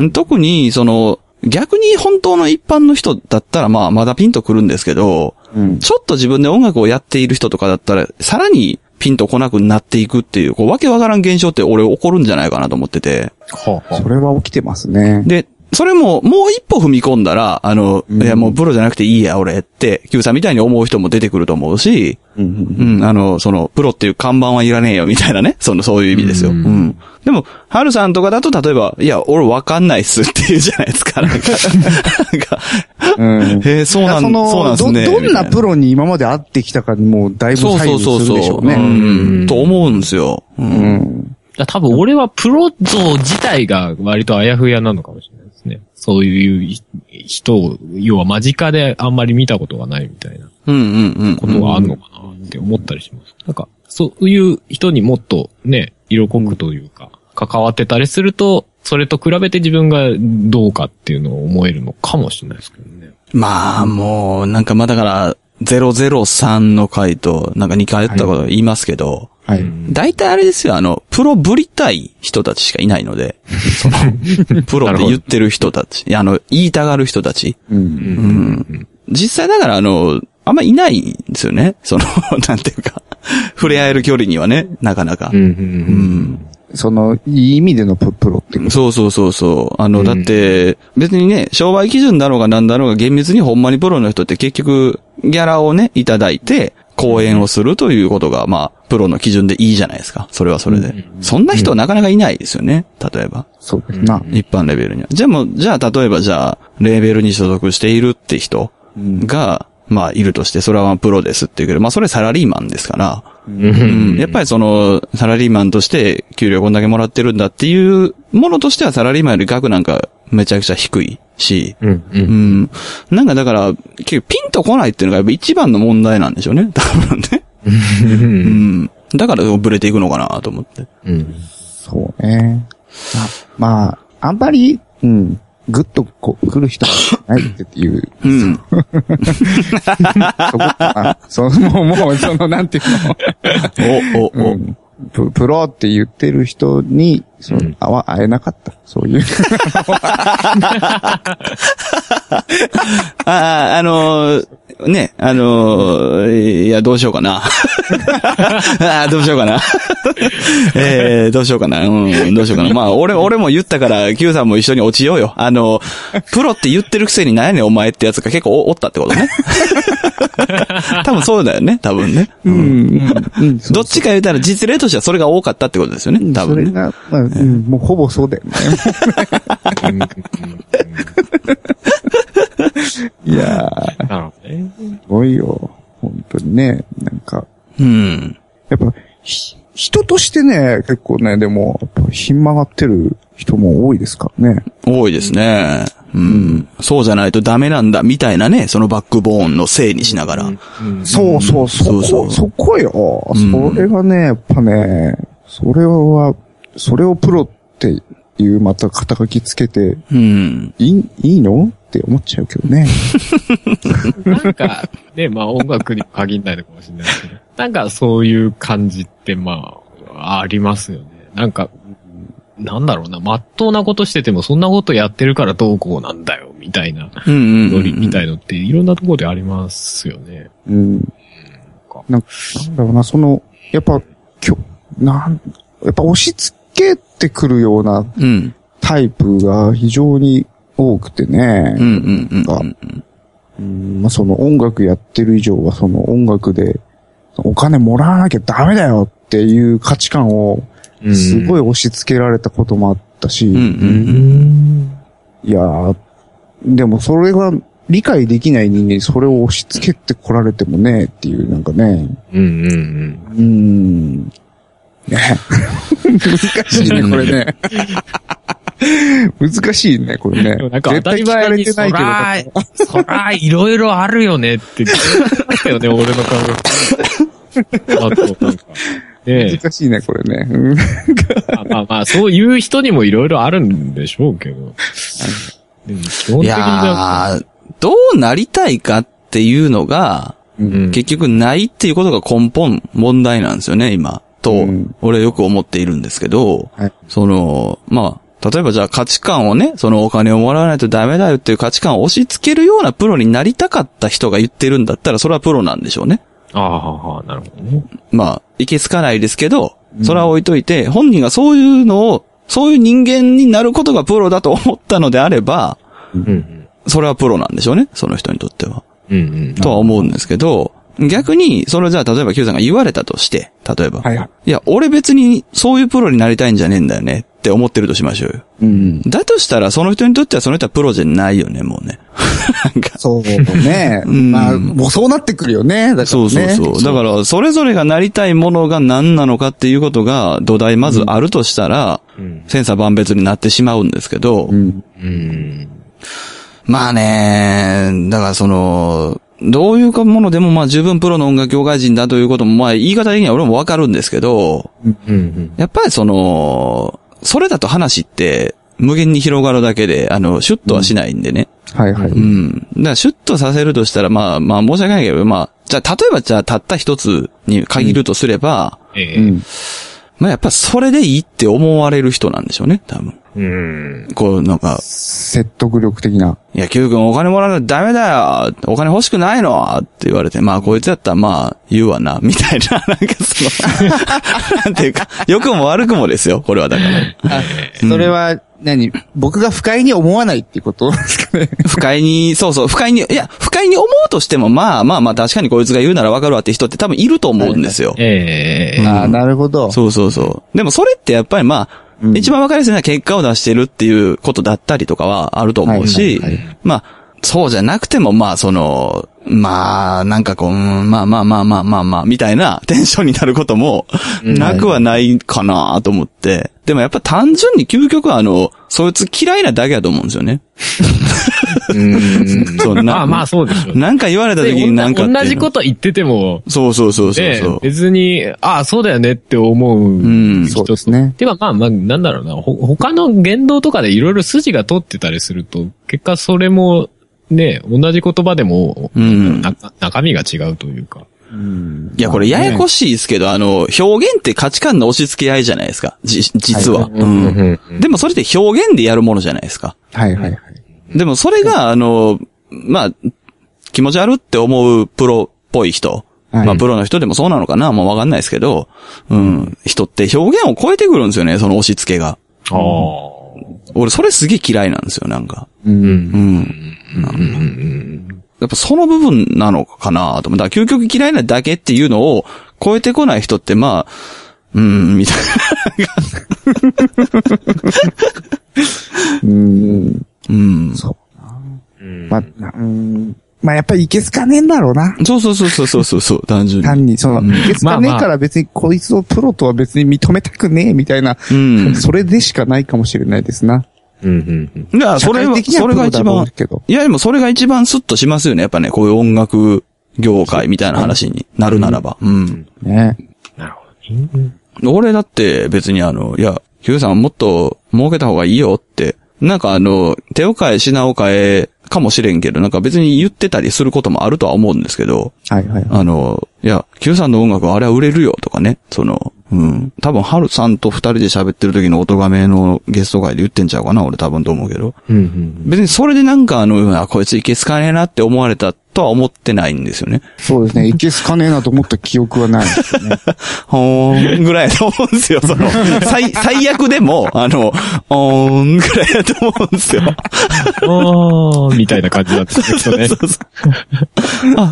特に、逆に本当の一般の人だったらまだピンとくるんですけど、ちょっと自分で音楽をやっている人とかだったら、さらにピンとこなくなっていくっていう、わけわからん現象って俺起こるんじゃないかなと思ってて。 それは起きてますね。 で、それも、もう一歩踏み込んだら、いやもうプロじゃなくていいや、俺って、Q さんみたいに思う人も出てくると思うし、プロっていう看板はいらねえよ、みたいなね。そういう意味ですよ。でも、ハルさんとかだと、例えば、いや、俺わかんないっすって言うじゃないですか。そうなんですね。 どんなプロに今まで会ってきたかにもうだいぶ左右するでしょうね。 と思うんですよ。 多分俺はプロ像自体が割とあやふやなのかもしれないですね。そういう人を、要は間近であんまり見たことがないみたいなことがあるのかなって思ったりします。なんか、そういう人にもっとね、色濃くというか、関わってたりすると、それと比べて自分がどうかっていうのを思えるのかもしれないですけどね。 まあ、もう、だから、003の回と、2回言ったこと言いますけど、はい。大体あれですよ、プロぶりたい人たちしかいないので、プロって言ってる人たち、言いたがる人たち。実際だからあんまいないんですよね。なんていうか、触れ合える距離にはね、なかなか。 いい意味でのプロってこと。 そう。だって、別にね、商売基準だろうがなんだろうが厳密にほんまにプロの人って結局、ギャラをね、いただいて、講演をするということが、プロの基準でいいじゃないですか。それはそれで。そんな人はなかなかいないですよね。例えば。 そうですな。 一般レベルには。じゃあ、例えばレーベルに所属しているって人が、いるとして、それはプロですっていうけど、それサラリーマンですから、やっぱりサラリーマンとして給料こんだけもらってるんだっていうものとしてはサラリーマンより額なんかめちゃくちゃ低いし、だから、結構ピンとこないっていうのがやっぱ一番の問題なんでしょうね、多分ね。だからブレていくのかなと思って。 そうね。あんまり、ぐっと来る人がないっていう。そこかな。もう、なんていうの。プロって言ってる人に、会えなかった。そういう。 ね、いや、どうしようかな。どうしようかな。どうしようかな。どうしようかな。俺も言ったから、Q さんも一緒に落ちようよ。プロって言ってるくせに何やねんお前ってやつが結構おったってことね。多分そうだよね、多分ね。どっちか言ったら実例としてはそれが多かったってことですよね、多分ね。 それが、もうほぼそうだよね。いやー。なるほどね。すごいよ。本当にね。やっぱ、人としてね、結構ね、でも、ひん曲がってる人も多いですからね。 多いですね。そうじゃないとダメなんだ、みたいなね、そのバックボーンのせいにしながら。 そこよ。それがね、やっぱね、それをプロっていうまた肩書きつけて、いいのって思っちゃうけどね。 ね、音楽に限らないのかもしれないですけど、そういう感じってありますよね。なんだろうな、まっとうなことしててもそんなことやってるからどうこうなんだよ、みたいな、ノリみたいのっていろんなところでありますよね。 なんだろうな、やっぱ押し付けてくるようなタイプが非常に多くてね。音楽やってる以上は音楽でお金もらわなきゃダメだよっていう価値観をすごい押し付けられたこともあったし、いやー、でもそれが理解できない人間にそれを押し付けてこられてもね、っていう、なんかね。ね。難しいね、これね。難しいね、これね。 なんか当たり前に、そら、いろいろあるよねって言ってたよね、俺の顔。あと、なんか。 難しいね、これね。 まあ、そういう人にもいろいろあるんでしょうけど。でも基本的にどうなりたいかっていうのが、結局ないっていうことが根本問題なんですよね、今。と、俺はよく思っているんですけど、まあ、例えばじゃあ価値観をね、そのお金をもらわないとダメだよっていう価値観を押し付けるようなプロになりたかった人が言ってるんだったら、それはプロなんでしょうね。 ああ、なるほどね。 まあ、いけつかないですけど、それは置いといて、本人がそういうのを、そういう人間になることがプロだと思ったのであれば、それはプロなんでしょうね、その人にとっては。とは思うんですけど、逆に、それじゃあ例えば Q さんが言われたとして、例えば。いや、俺別にそういうプロになりたいんじゃねえんだよねって思ってるとしましょうよ。だとしたら、その人にとってはその人はプロじゃないよね、もうね。 そうね。まあ、もうそうなってくるよね。だからね。 そう。だから、それぞれがなりたいものが何なのかっていうことが土台まずあるとしたら、千差万別になってしまうんですけど、まあね、だからどういうものでもまあ十分プロの音楽業界人だということもまあ言い方的には俺もわかるんですけど、やっぱりそれだと話って無限に広がるだけで、シュッとはしないんでね。だからシュッとさせるとしたらまあ申し訳ないけど、まあ、じゃあ例えばたった一つに限るとすれば、まあやっぱそれでいいって思われる人なんでしょうね、多分。こうなんか。 説得力的な。 いや、Q 君お金もらうのダメだよお金欲しくないのって言われて、まあこいつやったらまあ言うわな、みたいな、なんかなんていうか、良くも悪くもですよ、これはだから。 それは、僕が不快に思わないっていうことですかね。 不快に思うとしても、まあ確かにこいつが言うならわかるわって人って多分いると思うんですよ。 なるほど。 そう。でもそれってやっぱりまあ、一番わかりやすいのは結果を出してるっていうことだったりとかはあると思うし、まあ、そうじゃなくてもまあまあ、なんかこう、まあ、みたいなテンションになることもなくはないかなと思って。でもやっぱ単純に究極はそいつ嫌いなだけだと思うんですよね。 まあそうでしょう。 なんか言われた時になんか。 同じこと言ってても。 そう。 別に、そうだよねって思う。 そうですね。 ではまあ、なんだろうな。他の言動とかでいろいろ筋が通ってたりすると、結果それも、ね、同じ言葉でも、中身が違うというか。 いや、これややこしいですけど、表現って価値観の押し付け合いじゃないですか。実は。でもそれって表現でやるものじゃないですか。でもそれが、まあ、気持ち悪って思うプロっぽい人。まあ、プロの人でもそうなのかなもうわかんないですけど、人って表現を超えてくるんですよね、その押し付けが。俺、それすげえ嫌いなんですよ、なんか。やっぱその部分なのかなと思う。だから究極嫌いなだけっていうのを超えてこない人ってまあ、みたいな。 そうな。まあやっぱりいけすかねえんだろうな。 そう、単純に。 単に、いけすかねえから別にこいつをプロとは別に認めたくねえみたいな、それでしかないかもしれないですな。 いや、それが一番、いやでもそれが一番スッとしますよね。やっぱね、こういう音楽業界みたいな話になるならば。 ね。 なるほど。 俺だって別にいや、Q さんもっと儲けた方がいいよって、なんか手を変え品を変えかもしれんけど、なんか別に言ってたりすることもあるとは思うんですけど、いや、Q さんの音楽はあれは売れるよとかね、多分、ハルさんと二人で喋ってる時の音亀のゲスト会で言ってんちゃうかな、俺多分と思うけど。別にそれでなんかこいついけすかねえなって思われたっとは思ってないんですよね。 そうですね。いけすかねえなと思った記憶はないですよね。 ほーんぐらいだと思うんですよ。最悪でも、ほーんぐらいだと思うんですよ。 みたいな感じだったんですよね。そうそう。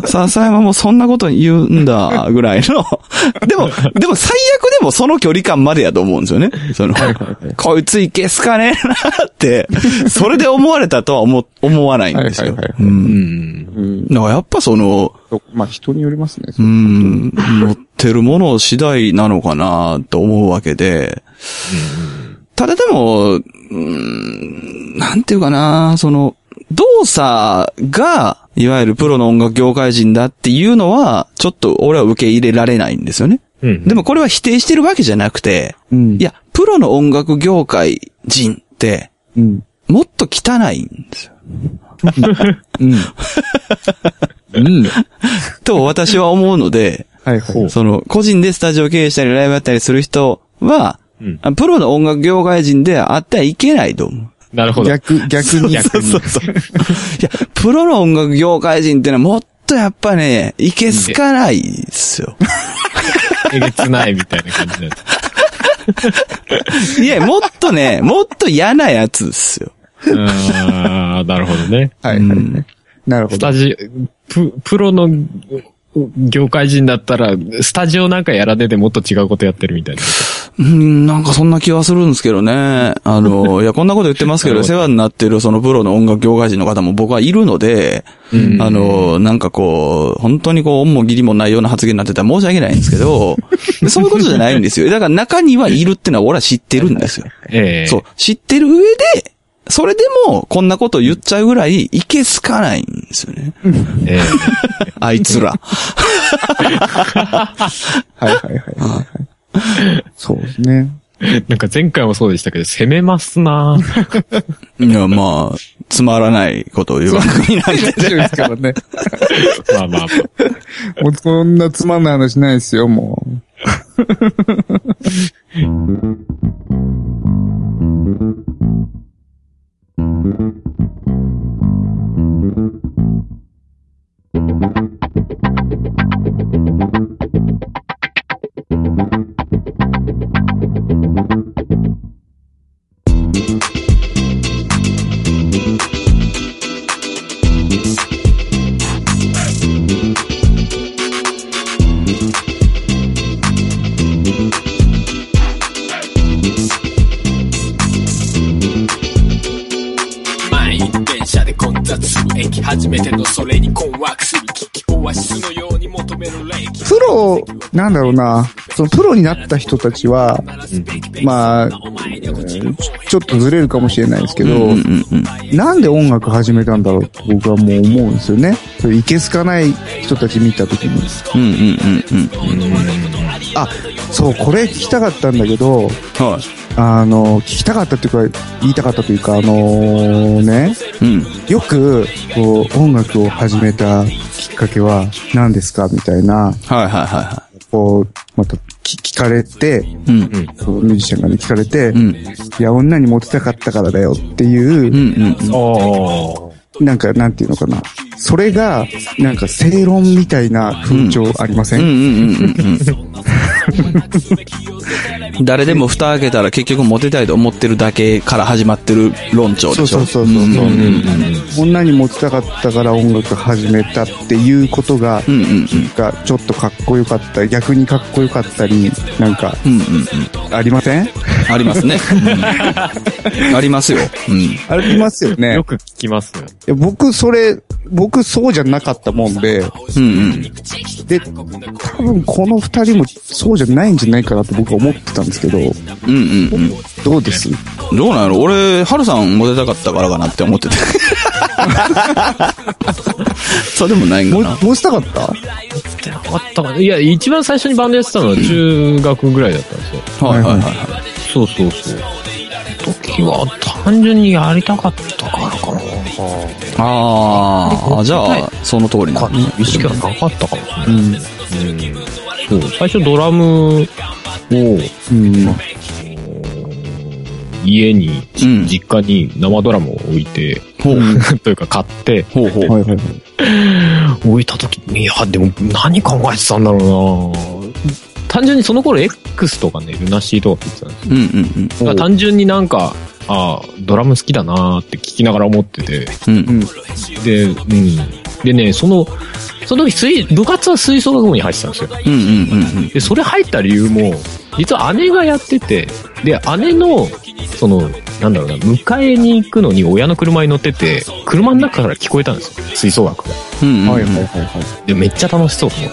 笹山もそんなこと言うんだ、ぐらいの。でも最悪でもその距離感までやと思うんですよね。こいついけすかねえなって、それで思われたとは思わないんですよ。だからやっぱまあ人によりますね。 持ってるもの次第なのかなと思うわけで。ただでも、なんていうかな、動作が、いわゆるプロの音楽業界人だっていうのは、ちょっと俺は受け入れられないんですよね。でもこれは否定してるわけじゃなくて、いや、プロの音楽業界人って、もっと汚いんですよ。と私は思うので、個人でスタジオ経営したりライブやったりする人は、プロの音楽業界人であってはいけないと思う。 なるほど。 逆に。そう。いや、 プロの音楽業界人ってのはもっとやっぱね、いけすかないですよ。 えげつないみたいな感じだった。 いや、もっと嫌なやつですよ。 なるほどね。 はい。なるほど。 プロの業界人だったら、スタジオなんかやらねでもっと違うことやってるみたいな。 なんかそんな気はするんですけどね。いや、こんなこと言ってますけど、世話になってるそのプロの音楽業界人の方も僕はいるので、なんか本当に恩も義理もないような発言になってたら申し訳ないんですけど、そういうことじゃないんですよ。だから中にはいるってのは俺は知ってるんですよ。そう、知ってる上で、それでも、こんなこと言っちゃうぐらい、いけすかないんですよね。あいつら。 はい。そうですね。 なんか前回もそうでしたけど、攻めますないや、まあ、つまらないことを言う番組なんで。 ですからね。 まあ。 もうこんなつまんない話ないですよ、もう。 初めてのそれに困惑する危機オアシスのように求めるプロ、なんだろうな、そのプロになった人たちは、まあ、ちょっとずれるかもしれないですけど、なんで音楽始めたんだろうって僕はもう思うんですよね。それいけすかない人たち見たときに。あ、そう、これ聞きたかったんだけど、聞きたかったっていうか、言いたかったというか、よく、音楽を始めたきっかけは何ですかみたいな、また聞かれて、ミュージシャンがね、聞かれて、いや、女にモテたかったからだよっていう、なんか、なんていうのかな。それが、なんか正論みたいな風潮ありません？ 誰でも蓋開けたら結局モテたいと思ってるだけから始まってる論調でしょ。 そう。女にモテたかったから音楽始めたっていうことが、がちょっとかっこよかったり、逆にかっこよかったり、なんか、ありません？ ありますね。ありますよ。 ありますよね。 よく聞きますよ。 いや僕そうじゃなかったもんで、で、多分この二人もそうじゃないんじゃないかなと僕は思ってたんですけど、どうです？ どうなんやろ？俺、ハルさんモテたかったからかなって思ってて。そうでもないんかな。 モテたかった？ モテたかったかな。いや、一番最初にバンドやってたのは中学ぐらいだったんですよ。そう。時は単純にやりたかったからかな。 じゃあ、その通りな。 意識はなかったかもしれない。そう、最初ドラムを、家に、実家に生ドラムを置いて、というか買って、 置いた時、いや、でも何考えてたんだろうな。単純にその頃 X とかね、ルナシーとか聞いてたんですよ。単純になんか、ドラム好きだなーって聞きながら思ってて。でね、その時部活は吹奏楽部に入ってたんですよ。で、それ入った理由も、実は姉がやってて、で、姉の、なんだろうな、迎えに行くのに親の車に乗ってて、車の中から聞こえたんですよ、吹奏楽が。で、めっちゃ楽しそうと思って。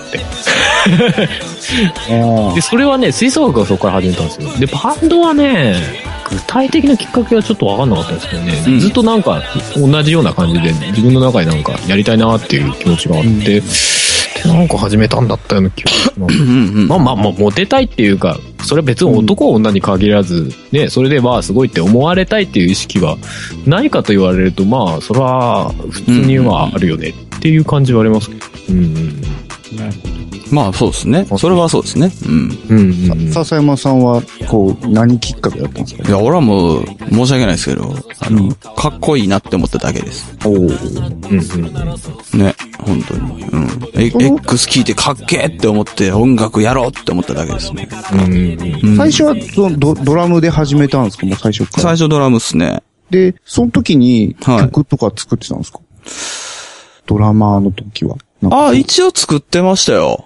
で、それはね、吹奏楽はそこから始めたんですよ。で、バンドはね、具体的なきっかけはちょっとわかんなかったんですけどね、ずっとなんか同じような感じで自分の中になんかやりたいなっていう気持ちがあって、で、なんか始めたんだったような気がします。まあ、モテたいっていうか、それは別に男女に限らず、ね、それでまあすごいって思われたいっていう意識はないかと言われると、まあ、それは普通にはあるよねっていう感じはありますけど。 まあそうですね。それはそうですね。 笹山さんは、何きっかけだったんですか？ いや、俺はもう、申し訳ないですけど、かっこいいなって思っただけです。ね、本当に。X 聞いてかっけーって思って音楽やろうって思っただけですね。 最初はドラムで始めたんですか？もう最初から。 最初ドラムっすね。 で、その時に曲とか作ってたんですか？ドラマーの時は。 一応作ってましたよ。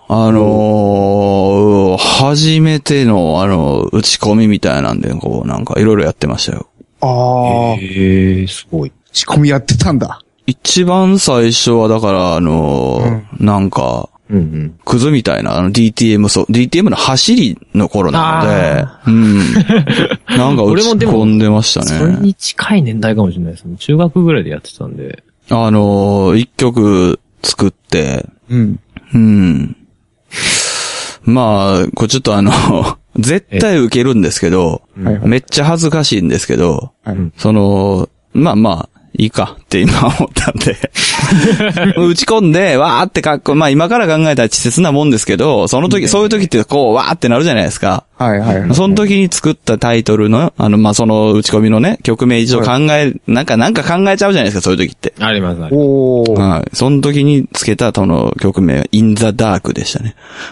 初めての打ち込みみたいなんで、なんかいろいろやってましたよ。 すごい。打ち込みやってたんだ。 一番最初はだから、なんか、クズみたいな、DTM の走りの頃なので、なんか打ち込んでましたね。 それに近い年代かもしれないですね。中学ぐらいでやってたんで。 一曲作って、まあ、これちょっと絶対受けるんですけど、めっちゃ恥ずかしいんですけど、まあ、いいかって今思ったんで打ち込んで、わーってまあ今から考えたら稚拙なもんですけど、そういう時ってわーってなるじゃないですか。その時に作ったタイトルの、まあその打ち込みのね、曲名一度なんか考えちゃうじゃないですか、そういう時って。 あります。 その時につけたその曲名は In the Dark でしたね。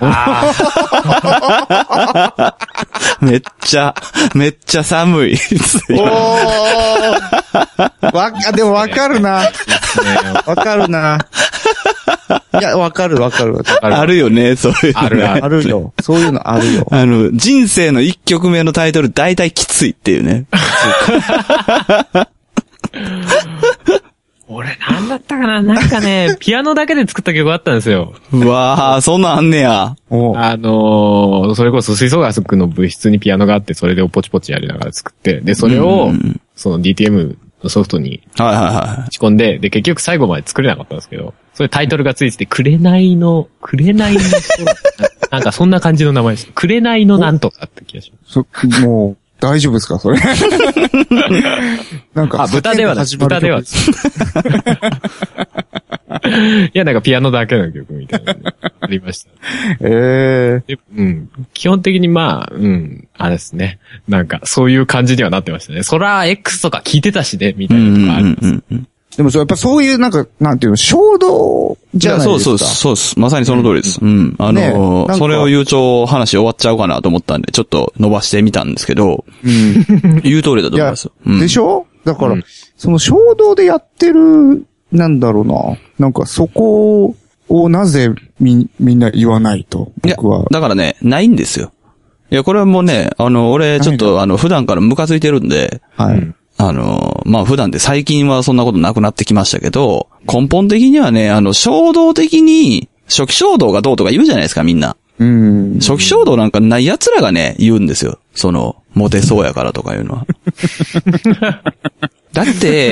めっちゃ寒い。 でもわかるな。わかるな。いや、わかる。 あるよね、そういうの。 あるよ。そういうのあるよ。 人生の一曲目のタイトル大体きついっていうね。 俺なんだったかな、なんかね、ピアノだけで作った曲があったんですよ。 うわー、そんなんあんねや。 それこそ吹奏楽の部室にピアノがあって、それでポチポチやりながら作って、で、それを、その DTM のソフトに打ち込んで、で、結局最後まで作れなかったんですけど、それタイトルがついてて、紅のなんかそんな感じの名前です。紅のなんとかって気がします。 もう、大丈夫ですかそれ。なんか、 豚ではない。豚では。いや、なんかピアノだけの曲みたいなのありました。基本的にまあ、あれですね。なんか、そういう感じにはなってましたね。そら、X とか聞いてたしね、みたいなのがあります。 でもやっぱそういうなんか、なんていうの、衝動じゃないですか。 そうです。まさにその通りです。それを言うと話終わっちゃうかなと思ったんで、ちょっと伸ばしてみたんですけど、言う通りだと思いますよ。 でしょ？だから、その衝動でやってる、なんだろうな。なんかそこをなぜみんな言わないと、僕は。 だからね、ないんですよ。いや、これはもうね、俺、ちょっと普段からムカついてるんで、まあ普段で最近はそんなことなくなってきましたけど、根本的にはね、衝動的に、初期衝動がどうとか言うじゃないですか、みんな。初期衝動なんかない奴らがね、言うんですよ。モテそうやからとかいうのは。だって、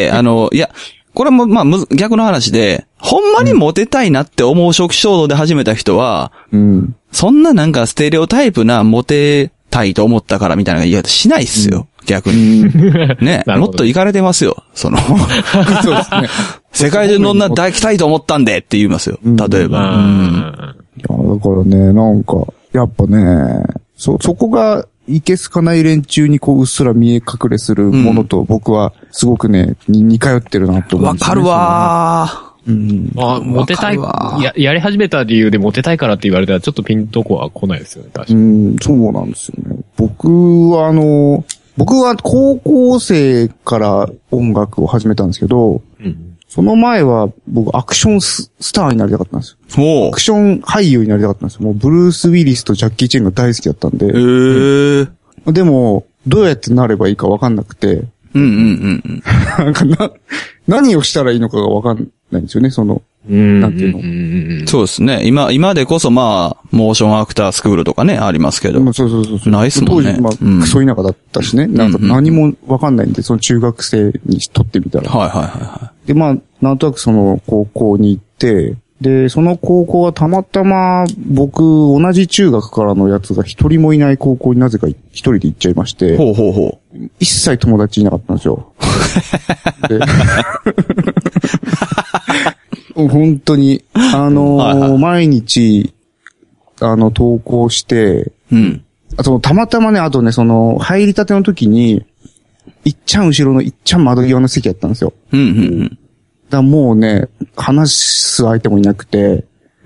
いや、これもまあ逆の話で、ほんまにモテたいなって思う初期衝動で始めた人は、そんななんかステレオタイプなモテたいと思ったからみたいな言い方しないっすよ。逆に。ね。もっと行かれてますよ。そうですね。世界中の女抱きたいと思ったんでって言いますよ。例えば。 いや、だからね、なんか、やっぱね、そこが、いけすかない連中にうっすら見え隠れするものと僕はすごくね、似通ってるなと思うんですよね。 わかるわー。 まあ、モテたい、やり始めた理由でモテたいからって言われたらちょっとピンとこは来ないですよね、確かに。 そうなんですよね。僕は高校生から音楽を始めたんですけど、その前は僕アクションスターになりたかったんですよ。アクション俳優になりたかったんですよ。もうブルース・ウィリスとジャッキー・チェンが大好きだったんで。でも、どうやってなればいいかわかんなくて。なんか何をしたらいいのかがわかんないんですよね、なんていうの。 そうですね。今でこそモーションアクタースクールとかね、ありますけど。 そう。 ないっすもんね。 当時、クソ田舎だったしね。なんか何もわかんないんで、その中学生にとってみたら。で、なんとなく高校に行って、で、その高校はたまたま僕、同じ中学からのやつが一人もいない高校になぜか一人で行っちゃいまして。一切友達いなかったんですよ。で本当に、毎日、投稿して、たまたまね、あとね、入りたての時に、いっちゃん後ろのいっちゃん窓際の席やったんですよ。だもうね、話す相手もいなくて、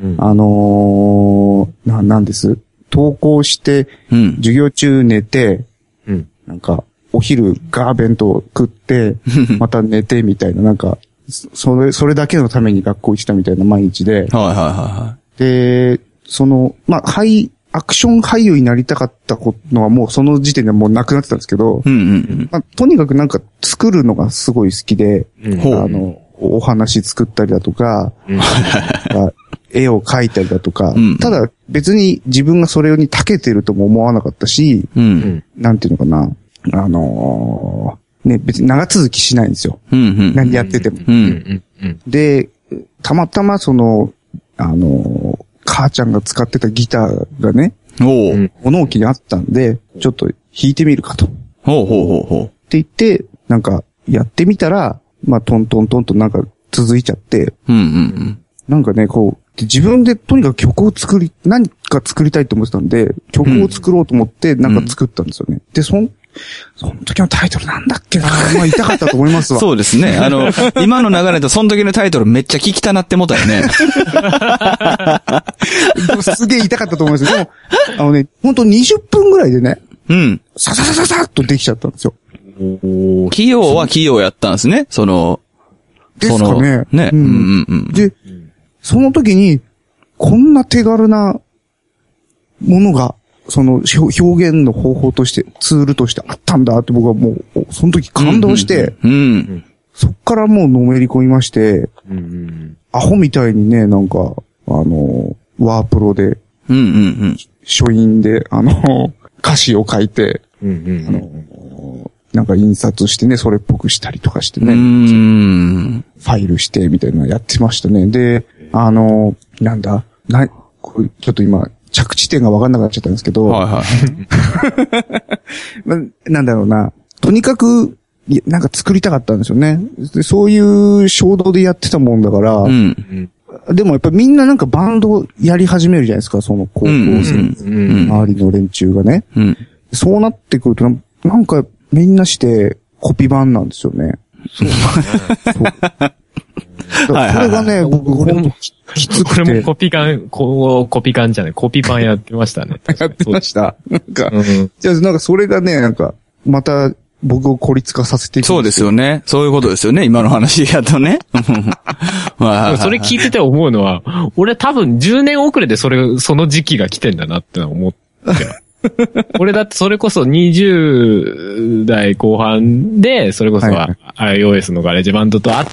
なんです。投稿して、授業中寝て、なんか、お昼ガー弁当食って、また寝てみたいな、なんか、それだけのために学校行ってたみたいな毎日で。で、アクション俳優になりたかったのはもうその時点でもうなくなってたんですけど、とにかくなんか作るのがすごい好きで、お話作ったりだとか、絵を描いたりだとか、ただ別に自分がそれに長けてるとも思わなかったし、なんていうのかな、ね、別に長続きしないんですよ。何やってても。で、たまたま母ちゃんが使ってたギターがね、物置にあったんで、ちょっと弾いてみるかと。って言って、なんか、やってみたら、トントントンとなんか続いちゃって、なんかね、自分でとにかく曲を何か作りたいと思ってたんで、曲を作ろうと思ってなんか作ったんですよね。で、その時のタイトルなんだっけな痛かったと思いますわ。 そうですね。今の流れとその時のタイトルめっちゃ聞きたなってもったよね。 すげえ痛かったと思いますよ。でも、ほんと20分ぐらいでね、さっとできちゃったんですよ。 器用は器用やったんですね。 ですかね。で、その時に、こんな手軽なものが、表現の方法として、ツールとしてあったんだって僕はもう、その時感動して、そっからもうのめり込みまして、アホみたいにね、なんか、ワープロで、書印で、歌詞を書いて、なんか印刷してね、それっぽくしたりとかしてね、ファイルしてみたいなのやってましたね。で、なんだ、これちょっと今、着地点が分かんなくなっちゃったんですけど、なんだろうな、とにかく、なんか作りたかったんですよね。でそういう衝動でやってたもんだから、でもやっぱみんななんかバンドやり始めるじゃないですか、その高校生、周りの連中がね。そうなってくると、なんかみんなしてコピバンなんですよね。これがね、僕、ほんときつくて。 これもコピカンじゃない、コピパンやってましたね。 やってました。なんか、じゃあなんかそれがね、なんか、また、僕を孤立化させていく。 そうですよね。そういうことですよね。今の話やとね。 それ聞いてて思うのは、俺多分10年遅れでその時期が来てんだなって思って。俺だってそれこそ20代後半で、それこそは iOS のガレージバンドと会って、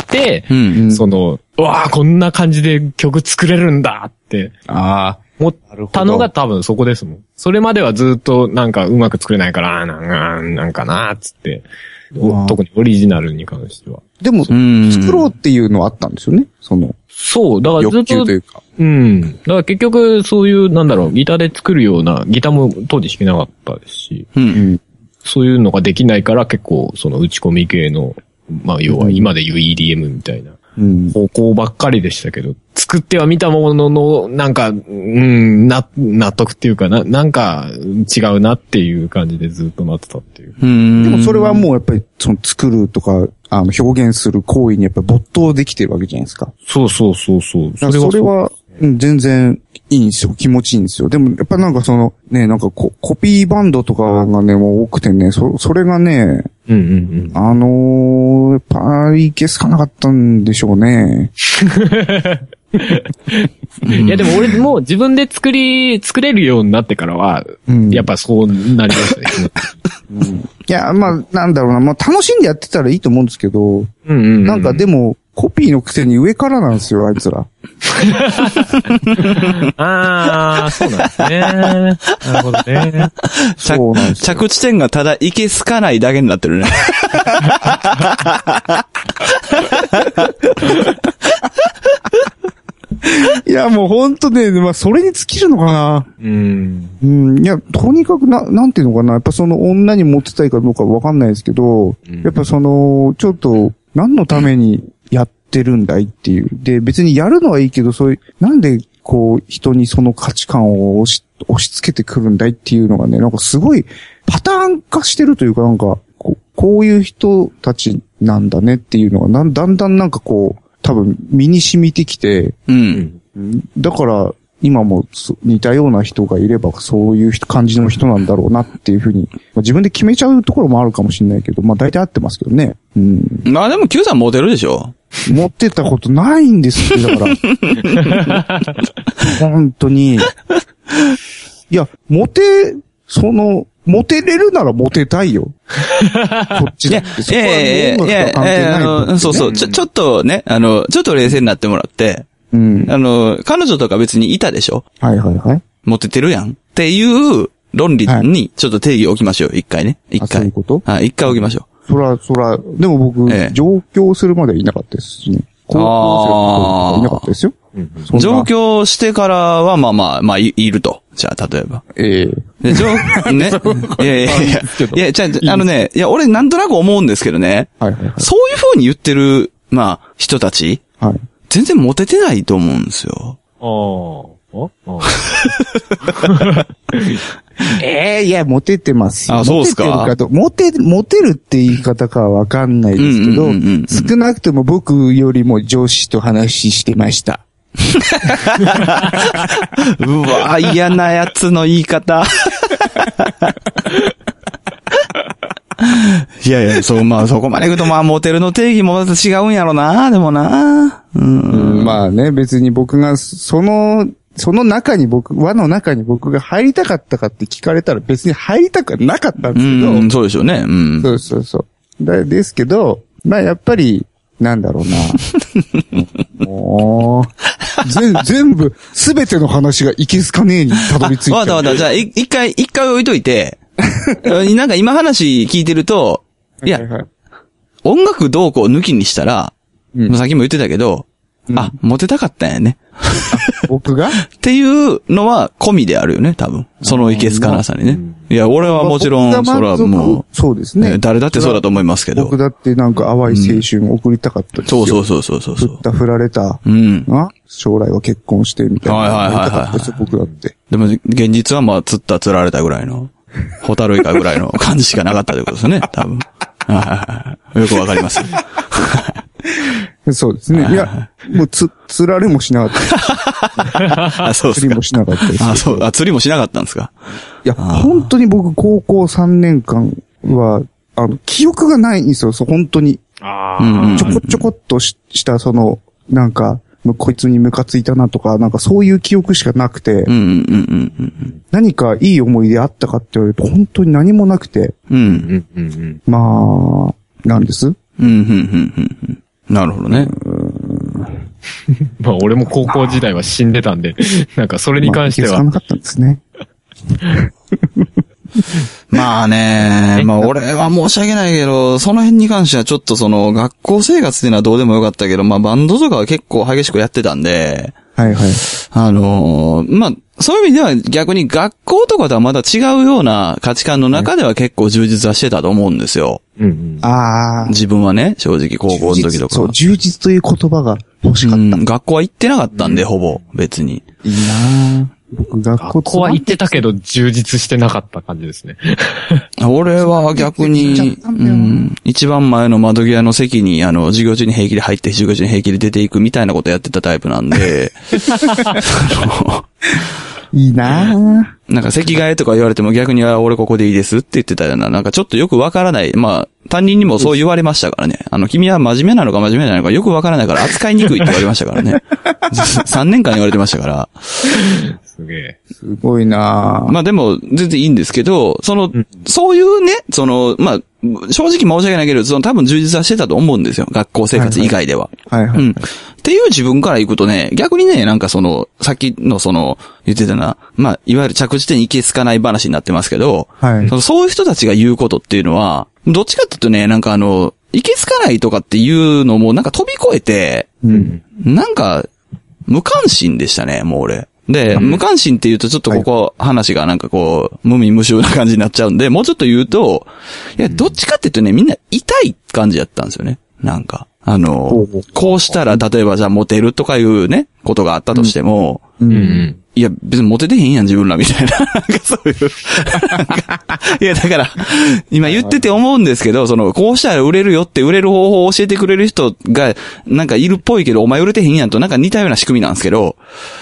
うわぁ、こんな感じで曲作れるんだって、思ったのが多分そこですもん。それまではずっとなんかうまく作れないから、なんかなーっつって、特にオリジナルに関しては。 でも、作ろうっていうのはあったんですよね、 そう、だからずっと、 欲求というか。 だから結局、そういう、ギターで作るような、ギターも当時弾けなかったですし、そういうのができないから結構、打ち込み系の、要は今で言う EDM みたいな方向ばっかりでしたけど、作っては見たものの、なんか、納得っていうかなんか違うなっていう感じでずっとなってたっていう。 でもそれはもうやっぱり、作るとか、表現する行為にやっぱり没頭できてるわけじゃないですか。 そう。それは、全然いいんですよ。気持ちいいんですよ。でも、やっぱなんかなんかコピーバンドとかがね、もう多くてね、それがね、やっぱりいけすかなかったんでしょうね。 いやでも俺も自分で作れるようになってからは、やっぱそうなりましたね。 いや、まあ、なんだろうな、まあ楽しんでやってたらいいと思うんですけど、なんかでも、コピーのくせに上からなんですよ、あいつら。 ああ、そうなんですね。なるほどね。 そうなんです。 着地点がただいけすかないだけになってるね。 いや、もうほんとね、まあ、それに尽きるのかな。いや、とにかくなんていうのかな。やっぱ女にモテたいかどうかわかんないですけど、やっぱちょっと、何のためにやってるんだいっていう。で、別にやるのはいいけど、なんで、人にその価値観を押し付けてくるんだいっていうのがね、なんかすごい、パターン化してるというか、なんか、こういう人たちなんだねっていうのが、だんだんなんか多分身に染みてきて、だから今も似たような人がいればそういう感じの人なんだろうなっていうふうに、自分で決めちゃうところもあるかもしれないけど、まあ大体合ってますけどね。 まあでも Q さんモテるでしょ？ 持ってたことないんですって、だから。本当に。いや、モテれるならモテたいよ。こっちだって。 いや、そう。ちょっとね、ちょっと冷静になってもらって、彼女とか別にいたでしょ？ はい。 モテてるやん。っていう論理にちょっと定義置きましょう。一回ね。一回。 そういうこと？ 一回置きましょう。 そら、でも僕、上京するまではいなかったですしね。高校生とかいなかったですよ。 上京してからは、まあ、いると。じゃあ、例えば。ね。いや、俺なんとなく思うんですけどね。そういう風に言ってる、まあ、人たち。全然モテてないと思うんですよ。 いや、モテてますよ。 そうですか。 モテるって言い方かはわかんないですけど、少なくとも僕よりも上司と話してました。 うわ、嫌なやつの言い方。いや、そこまで行くと、まあ、モテるの定義もまた違うんやろな、でもな。 まあね、別に僕が、その中に輪の中に僕が入りたかったかって聞かれたら別に入りたくはなかったんですけど。 そうでしょうね。 そう。ですけど、まあやっぱり、なんだろうな。もう、全部、すべての話がいけすかねえにたどり着いて。 わかった。じゃあ、一回置いといて、なんか今話聞いてると、いや、音楽どうこう抜きにしたら、さっきも言ってたけど、モテたかったんやね。 僕がっていうのは込みであるよね、多分。そのいけすかなさにね。いや、俺はもちろん、それはもう、 そうですね。 誰だってそうだと思いますけど。 僕だってなんか淡い青春を送りたかったですよ。 そう。 振られた。将来は結婚してみたいな。 はい。 僕だって。 でも、現実はまあ、釣られたぐらいの、ホタルイカぐらいの感じしかなかったということですね、多分。よくわかります。 そうですね。いや、もう釣られもしなかったです。 そうですか。 釣りもしなかったです。 釣りもしなかったんですか？ いや、本当に僕、高校3年間は、記憶がないんですよ、本当に。ちょこっとした、なんか、こいつにムカついたなとか、なんかそういう記憶しかなくて、何かいい思い出あったかって言われると、本当に何もなくて、まあ、なんです。 なるほどね。 まあ俺も高校時代は死んでたんで、なんかそれに関しては。 気づかなかったんですね。 まあね、まあ俺は申し訳ないけど、その辺に関してはちょっと学校生活っていうのはどうでもよかったけど、まあバンドとかは結構激しくやってたんで、 はいはい。 まあ、そういう意味では逆に学校とかとはまた違うような価値観の中では結構充実はしてたと思うんですよ。 うん。 ああ。 自分はね、正直高校の時とか。 そう、充実という言葉が欲しかった。 学校は行ってなかったんで、ほぼ、別に。 いいなぁ。僕、 学校は行ってたけど、充実してなかった感じですね。 俺は逆に、一番前の窓際の席に、授業中に平気で入って、授業中に平気で出ていくみたいなことやってたタイプなんで、 いいなぁ。 なんか席替えとか言われても逆に俺ここでいいですって言ってたような、なんかちょっとよくわからない。まあ、担任にもそう言われましたからね。君は真面目なのか真面目なのかよくわからないから扱いにくいって言われましたからね。3年間言われてましたから。 すげえ。 すごいなぁ。 まあでも、全然いいんですけど、そういうね、まあ、正直申し訳ないけど、多分充実はしてたと思うんですよ。学校生活以外では。 はいはい。 っていう自分から行くとね、逆にね、なんかさっきの言ってたな、まあ、いわゆる着地点に行き着かない話になってますけど、 はい。 そういう人たちが言うことっていうのは、どっちかっていうとね、なんか行き着かないとかっていうのもなんか飛び越えて、なんか、無関心でしたね、もう俺。で、無関心って言うとちょっとここ話がなんかこう、無味無臭な感じになっちゃうんで、もうちょっと言うと、いや、どっちかって言うとね、みんな痛い感じやったんですよね。なんか。こうしたら、例えばじゃあモテるとかいうね、ことがあったとしても、いや、別にモテてへんやん、自分らみたいな。なんかそういう。いや、だから、今言ってて思うんですけど、こうしたら売れるよって売れる方法を教えてくれる人が、なんかいるっぽいけど、お前売れてへんやんと、なんか似たような仕組みなんですけど、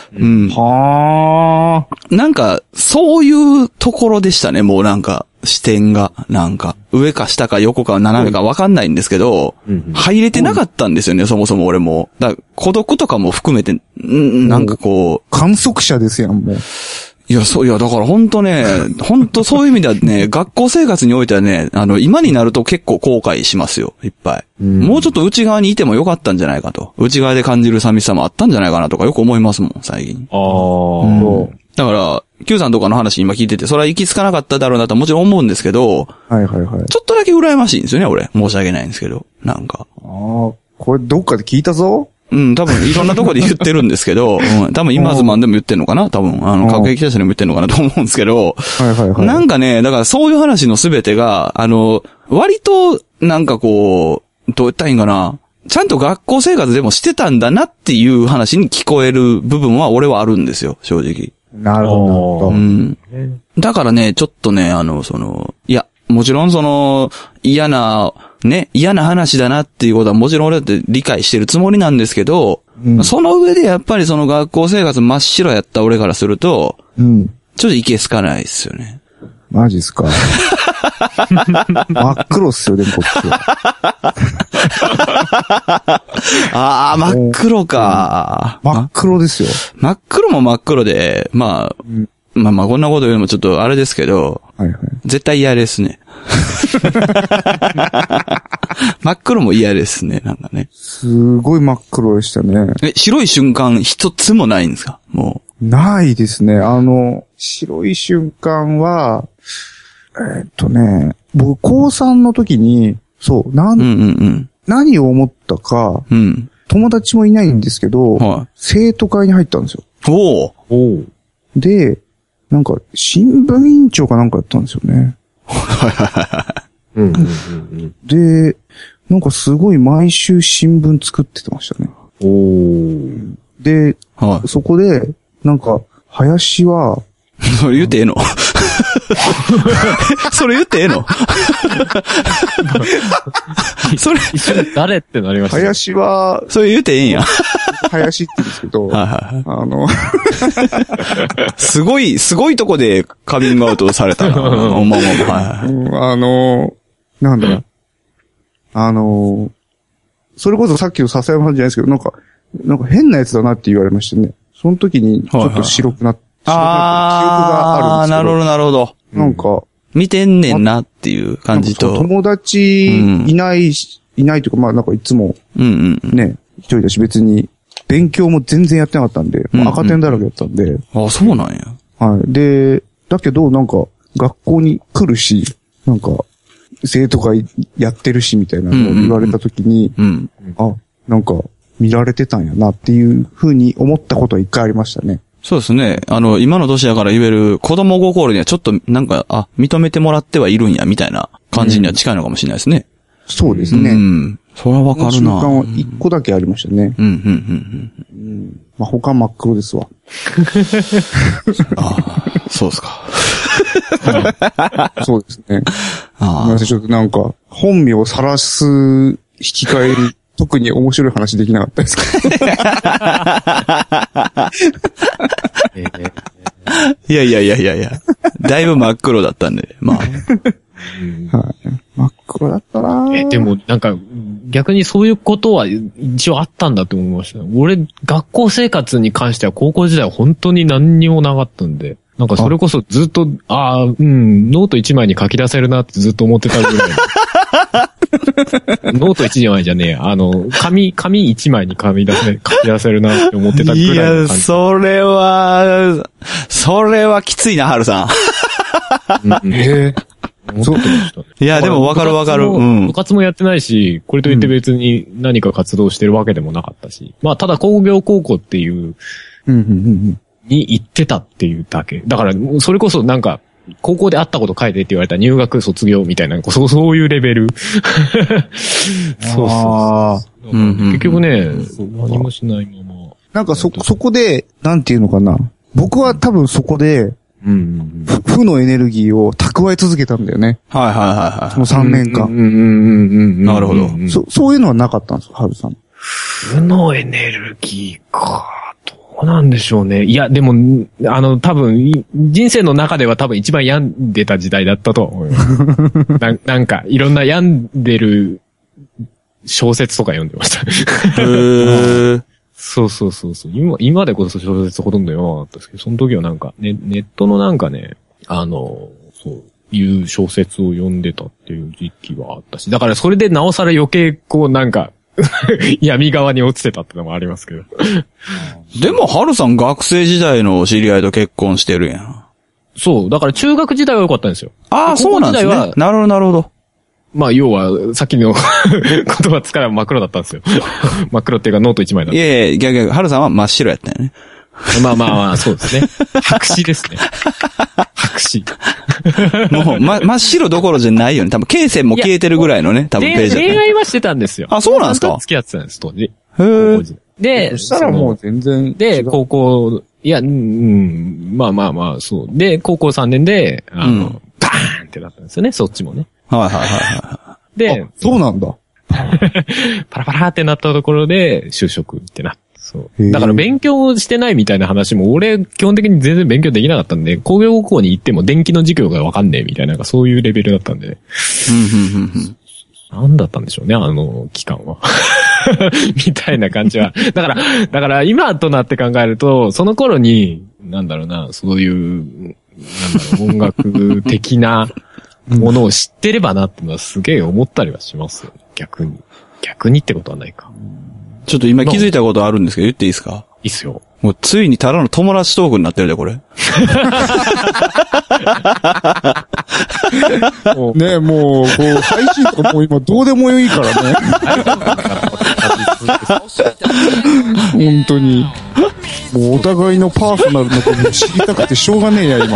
はあ。なんか、そういうところでしたね、もうなんか、視点が、なんか、上か下か横か斜めか分かんないんですけど、入れてなかったんですよね、そもそも俺も。だから孤独とかも含めて、なんかこう。 観測者ですやん、もう。 いや、だから本当ね、本当そういう意味ではね、学校生活においてはね、今になると結構後悔しますよ、いっぱい。もうちょっと内側にいてもよかったんじゃないかと。内側で感じる寂しさもあったんじゃないかなとかよく思いますもん、最近。だから、Q さんとかの話今聞いてて、それは行き着かなかっただろうなともちろん思うんですけど、 はいはいはい。 ちょっとだけ羨ましいんですよね、俺。申し訳ないんですけど。なんか。 これどっかで聞いたぞ。 多分いろんなとこで言ってるんですけど、多分今ズマンでも言ってんのかな多分、各駅大社でも言ってんのかなと思うんですけど、なんかね、だからそういう話のすべてが、割と、なんかこう、どう言ったらいいんかな、ちゃんと学校生活でもしてたんだなっていう話に聞こえる部分は俺はあるんですよ、正直。 なるほど。 だからね、ちょっとね、いや、もちろん嫌な話だなっていうことはもちろん俺だって理解してるつもりなんですけど、その上でやっぱり学校生活真っ白やった俺からすると、ちょっといけすかないですよね。 マジっすか。真っ黒っすよ、でもこっちは。 ああ、真っ黒か。 真っ黒ですよ。 真っ黒も真っ黒で、まあ、こんなこと言うのもちょっとあれですけど、絶対嫌ですね。真っ黒も嫌ですね、なんかね。 すごい真っ黒でしたね。 白い瞬間一つもないんですか？もう。ないですね。白い瞬間は、僕、高3の時に、そう、何を思ったか、友達もいないんですけど、生徒会に入ったんですよ。で、なんか、新聞委員長かなんかやったんですよね。で、なんかすごい毎週新聞作ってましたね。で、そこで、なんか、林は、 それ言ってええのそれ言ってええのそれ、 誰ってなりました。 林は、 それ言ってええんや。 林って言うんですけど、 すごいとこでカミングアウトされたな。 なんだろう。それこそさっきの笹山さんじゃないですけど、なんか変なやつだなって言われましたね。その時にちょっと白くなって、記憶があるんですけど。 なるほど。 なんか、 見てんねんなっていう感じと。 友達いないというか、まあなんかいつも、ね、一人だし別に、勉強も全然やってなかったんで、赤点だらけだったんで。 そうなんや。 はい。で、だけどなんか、学校に来るし、なんか、生徒会やってるしみたいなのを言われた時に、なんか、 見られてたんやなっていう風に思ったことは一回ありましたね。 そうですね。今の年だから言える子供心にはちょっとなんか、認めてもらってはいるんや、みたいな感じには近いのかもしれないですね。 そうですね。 それはわかるな。 瞬間は一個だけありましたね。まあ、他真っ黒ですわ。 そうですか。 そうですね。ごめんなさい、ちょっとなんか、本名を晒す引き換えに、特に面白い話できなかったですかいや。だいぶ真っ黒だったんで、まあ。はい。 真っ黒だったなでも、なんか、逆にそういうことは一応あったんだって思いました。俺、学校生活に関しては高校時代は本当に何にもなかったんで、なんかそれこそずっと、ノート1枚に書き出せるなってずっと思ってたぐらい。ノート1枚じゃねえや。紙1枚に書き出せるなって思ってたぐらいの感じ。 いや、それはきついな、ハルさん。 そういや、でもわかる。 部活もやってないし、これといって別に何か活動してるわけでもなかったし。まあ、ただ工業高校っていう、に行ってたっていうだけ。だから、それこそなんか、高校で会ったこと書いてって言われたら入学卒業みたいな、そういうレベル。そう。結局ね、何もしないまま。 なんかそこで、なんていうのかな。僕は多分そこで、負のエネルギーを蓄え続けたんだよね。 はい。 その3年間。 なるほど。 そういうのはなかったんですよ、ハルさん。 負のエネルギーか。どうなんでしょうね。いや、でも、多分、人生の中では多分一番病んでた時代だったと思います。なんか、いろんな病んでる小説とか読んでました。そう。今でこそ小説ほとんど読まなかったですけど、その時はなんか、ネットのなんかね、そういう小説を読んでたっていう時期はあったし、だからそれでなおさら余計こうなんか、闇側に落ちてたってのもありますけど。 でも、ハルさん学生時代の知り合いと結婚してるやん。 そう、だから中学時代は良かったんですよ。 そうなんですね。なるほど。 まあ、要は、さっきの言葉使えば真っ黒だったんですよ。真っ黒っていうかノート1枚だった。 いや、逆、ハルさんは真っ白やったよね。 まあ、そうですね。白紙ですね。白紙。もう、真っ白どころじゃないよね。多分、罫線も消えてるぐらいのね、多分ページだった。 恋愛はしてたんですよ。 そうなんですか？ 付き合ってたんです、当時。 で、そしたらもう全然。 で、高校、まあ、そう。で、高校3年で、バーンってなったんですよね、そっちもね。 はい。 で、そうなんだ。 パラパラってなったところで、就職ってなって。そう。だから勉強してないみたいな話も、俺、基本的に全然勉強できなかったんで、工業高校に行っても電気の授業がわかんねえみたいな、そういうレベルだったんで。なんだったんでしょうね、期間は。みたいな感じは。だから今となって考えると、その頃に、そういう、音楽的なものを知ってればなってのはすげえ思ったりはしますよ。逆にってことはないか。 ちょっと今気づいたことあるんですけど言っていいですか？ いいっすよ。 もうついにただの友達トークになってるで、これ。 ねえ、もう、配信とかもう今どうでもいいからね。本当に。もうお互いのパーソナルのことを知りたくてしょうがねえや、今。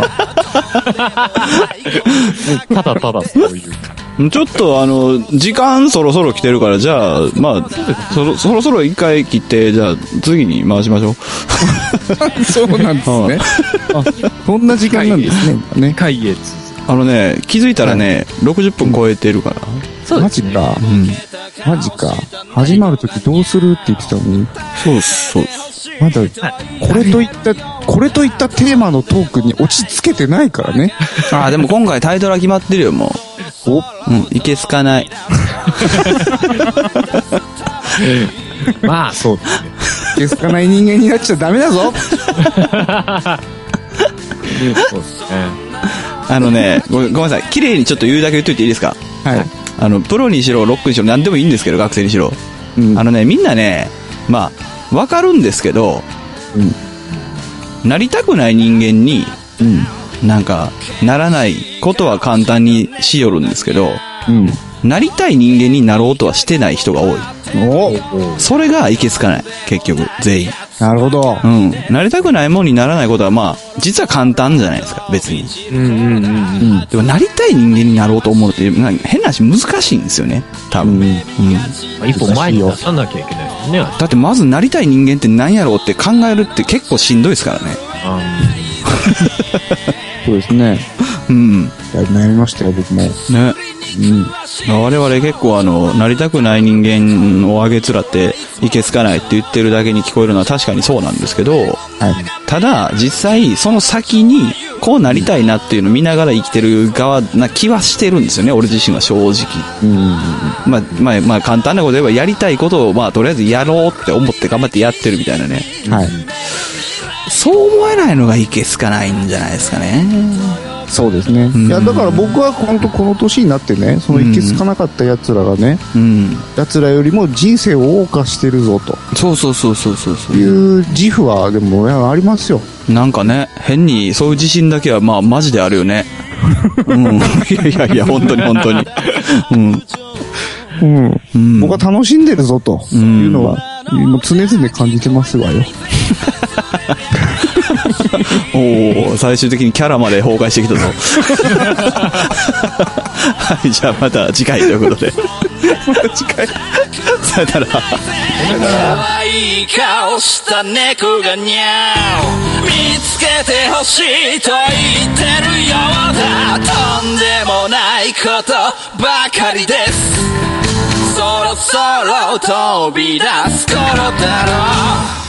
ただそういう。 ちょっと時間そろそろ来てるから、じゃあ、まあ、そろそろ一回切って、じゃあ次に回しましょう。 そうなんですね。そんな時間なんですね。 会議気づいたらね、60分超えてるから。 そうマジか。マジか。始まるときどうするって言ってたのに。 そう。 まだ、これといったテーマのトークに落ち着けてないからね。 でも今回タイトルは決まってるよ、もう。いけすかない。 まあ、そうですね。 いけすかない人間になっちゃダメだぞ。 そうですね。ごめんなさい。綺麗にちょっと言うだけ言っといていいですか？ はい。 プロにしろ、ロックにしろ、何でもいいんですけど、学生にしろ。みんなね、まあ、わかるんですけど、なりたくない人間に、ならないことは簡単にしよるんですけど、なりたい人間になろうとはしてない人が多い。 それがいけつかない。結局、全員。 なるほど。 うん。なりたくないもんにならないことは、まあ、実は簡単じゃないですか、別に。でも、なりたい人間になろうと思うって、変な話難しいんですよね、多分。 一歩前に出さなきゃいけないですね。 だってまずなりたい人間って何やろうって考えるって結構しんどいですからね。 そうですね。 うん。 悩みましたよ、僕も。 ね。我々結構なりたくない人間をあげつらっていけつかないって言ってるだけに聞こえるのは確かにそうなんですけど、ただ実際その先にこうなりたいなっていうのを見ながら生きてる側な気はしてるんですよね、俺自身は正直。まあ簡単なこと言えばやりたいことをまあとりあえずやろうって思って頑張ってやってるみたいなね。そう思えないのがいけつかないんじゃないですかね。 そうですね。いや、だから僕は本当この年になってね、そのいけつかなかった奴らがね、奴らよりも人生を謳歌してるぞと。そう。いう自負はでもありますよ。 なんかね、変にそういう自信だけはまあマジであるよね。いや、本当に。 僕は楽しんでるぞというのは、もう常々感じてますわよ。 最終的にキャラまで崩壊してきたぞ。はい、じゃあまた次回ということで。また次回。さよなら。 可愛い顔した猫がニャー見つけてほしいと言ってるようだ。とんでもないことばかりです。そろそろ飛び出す頃だろう。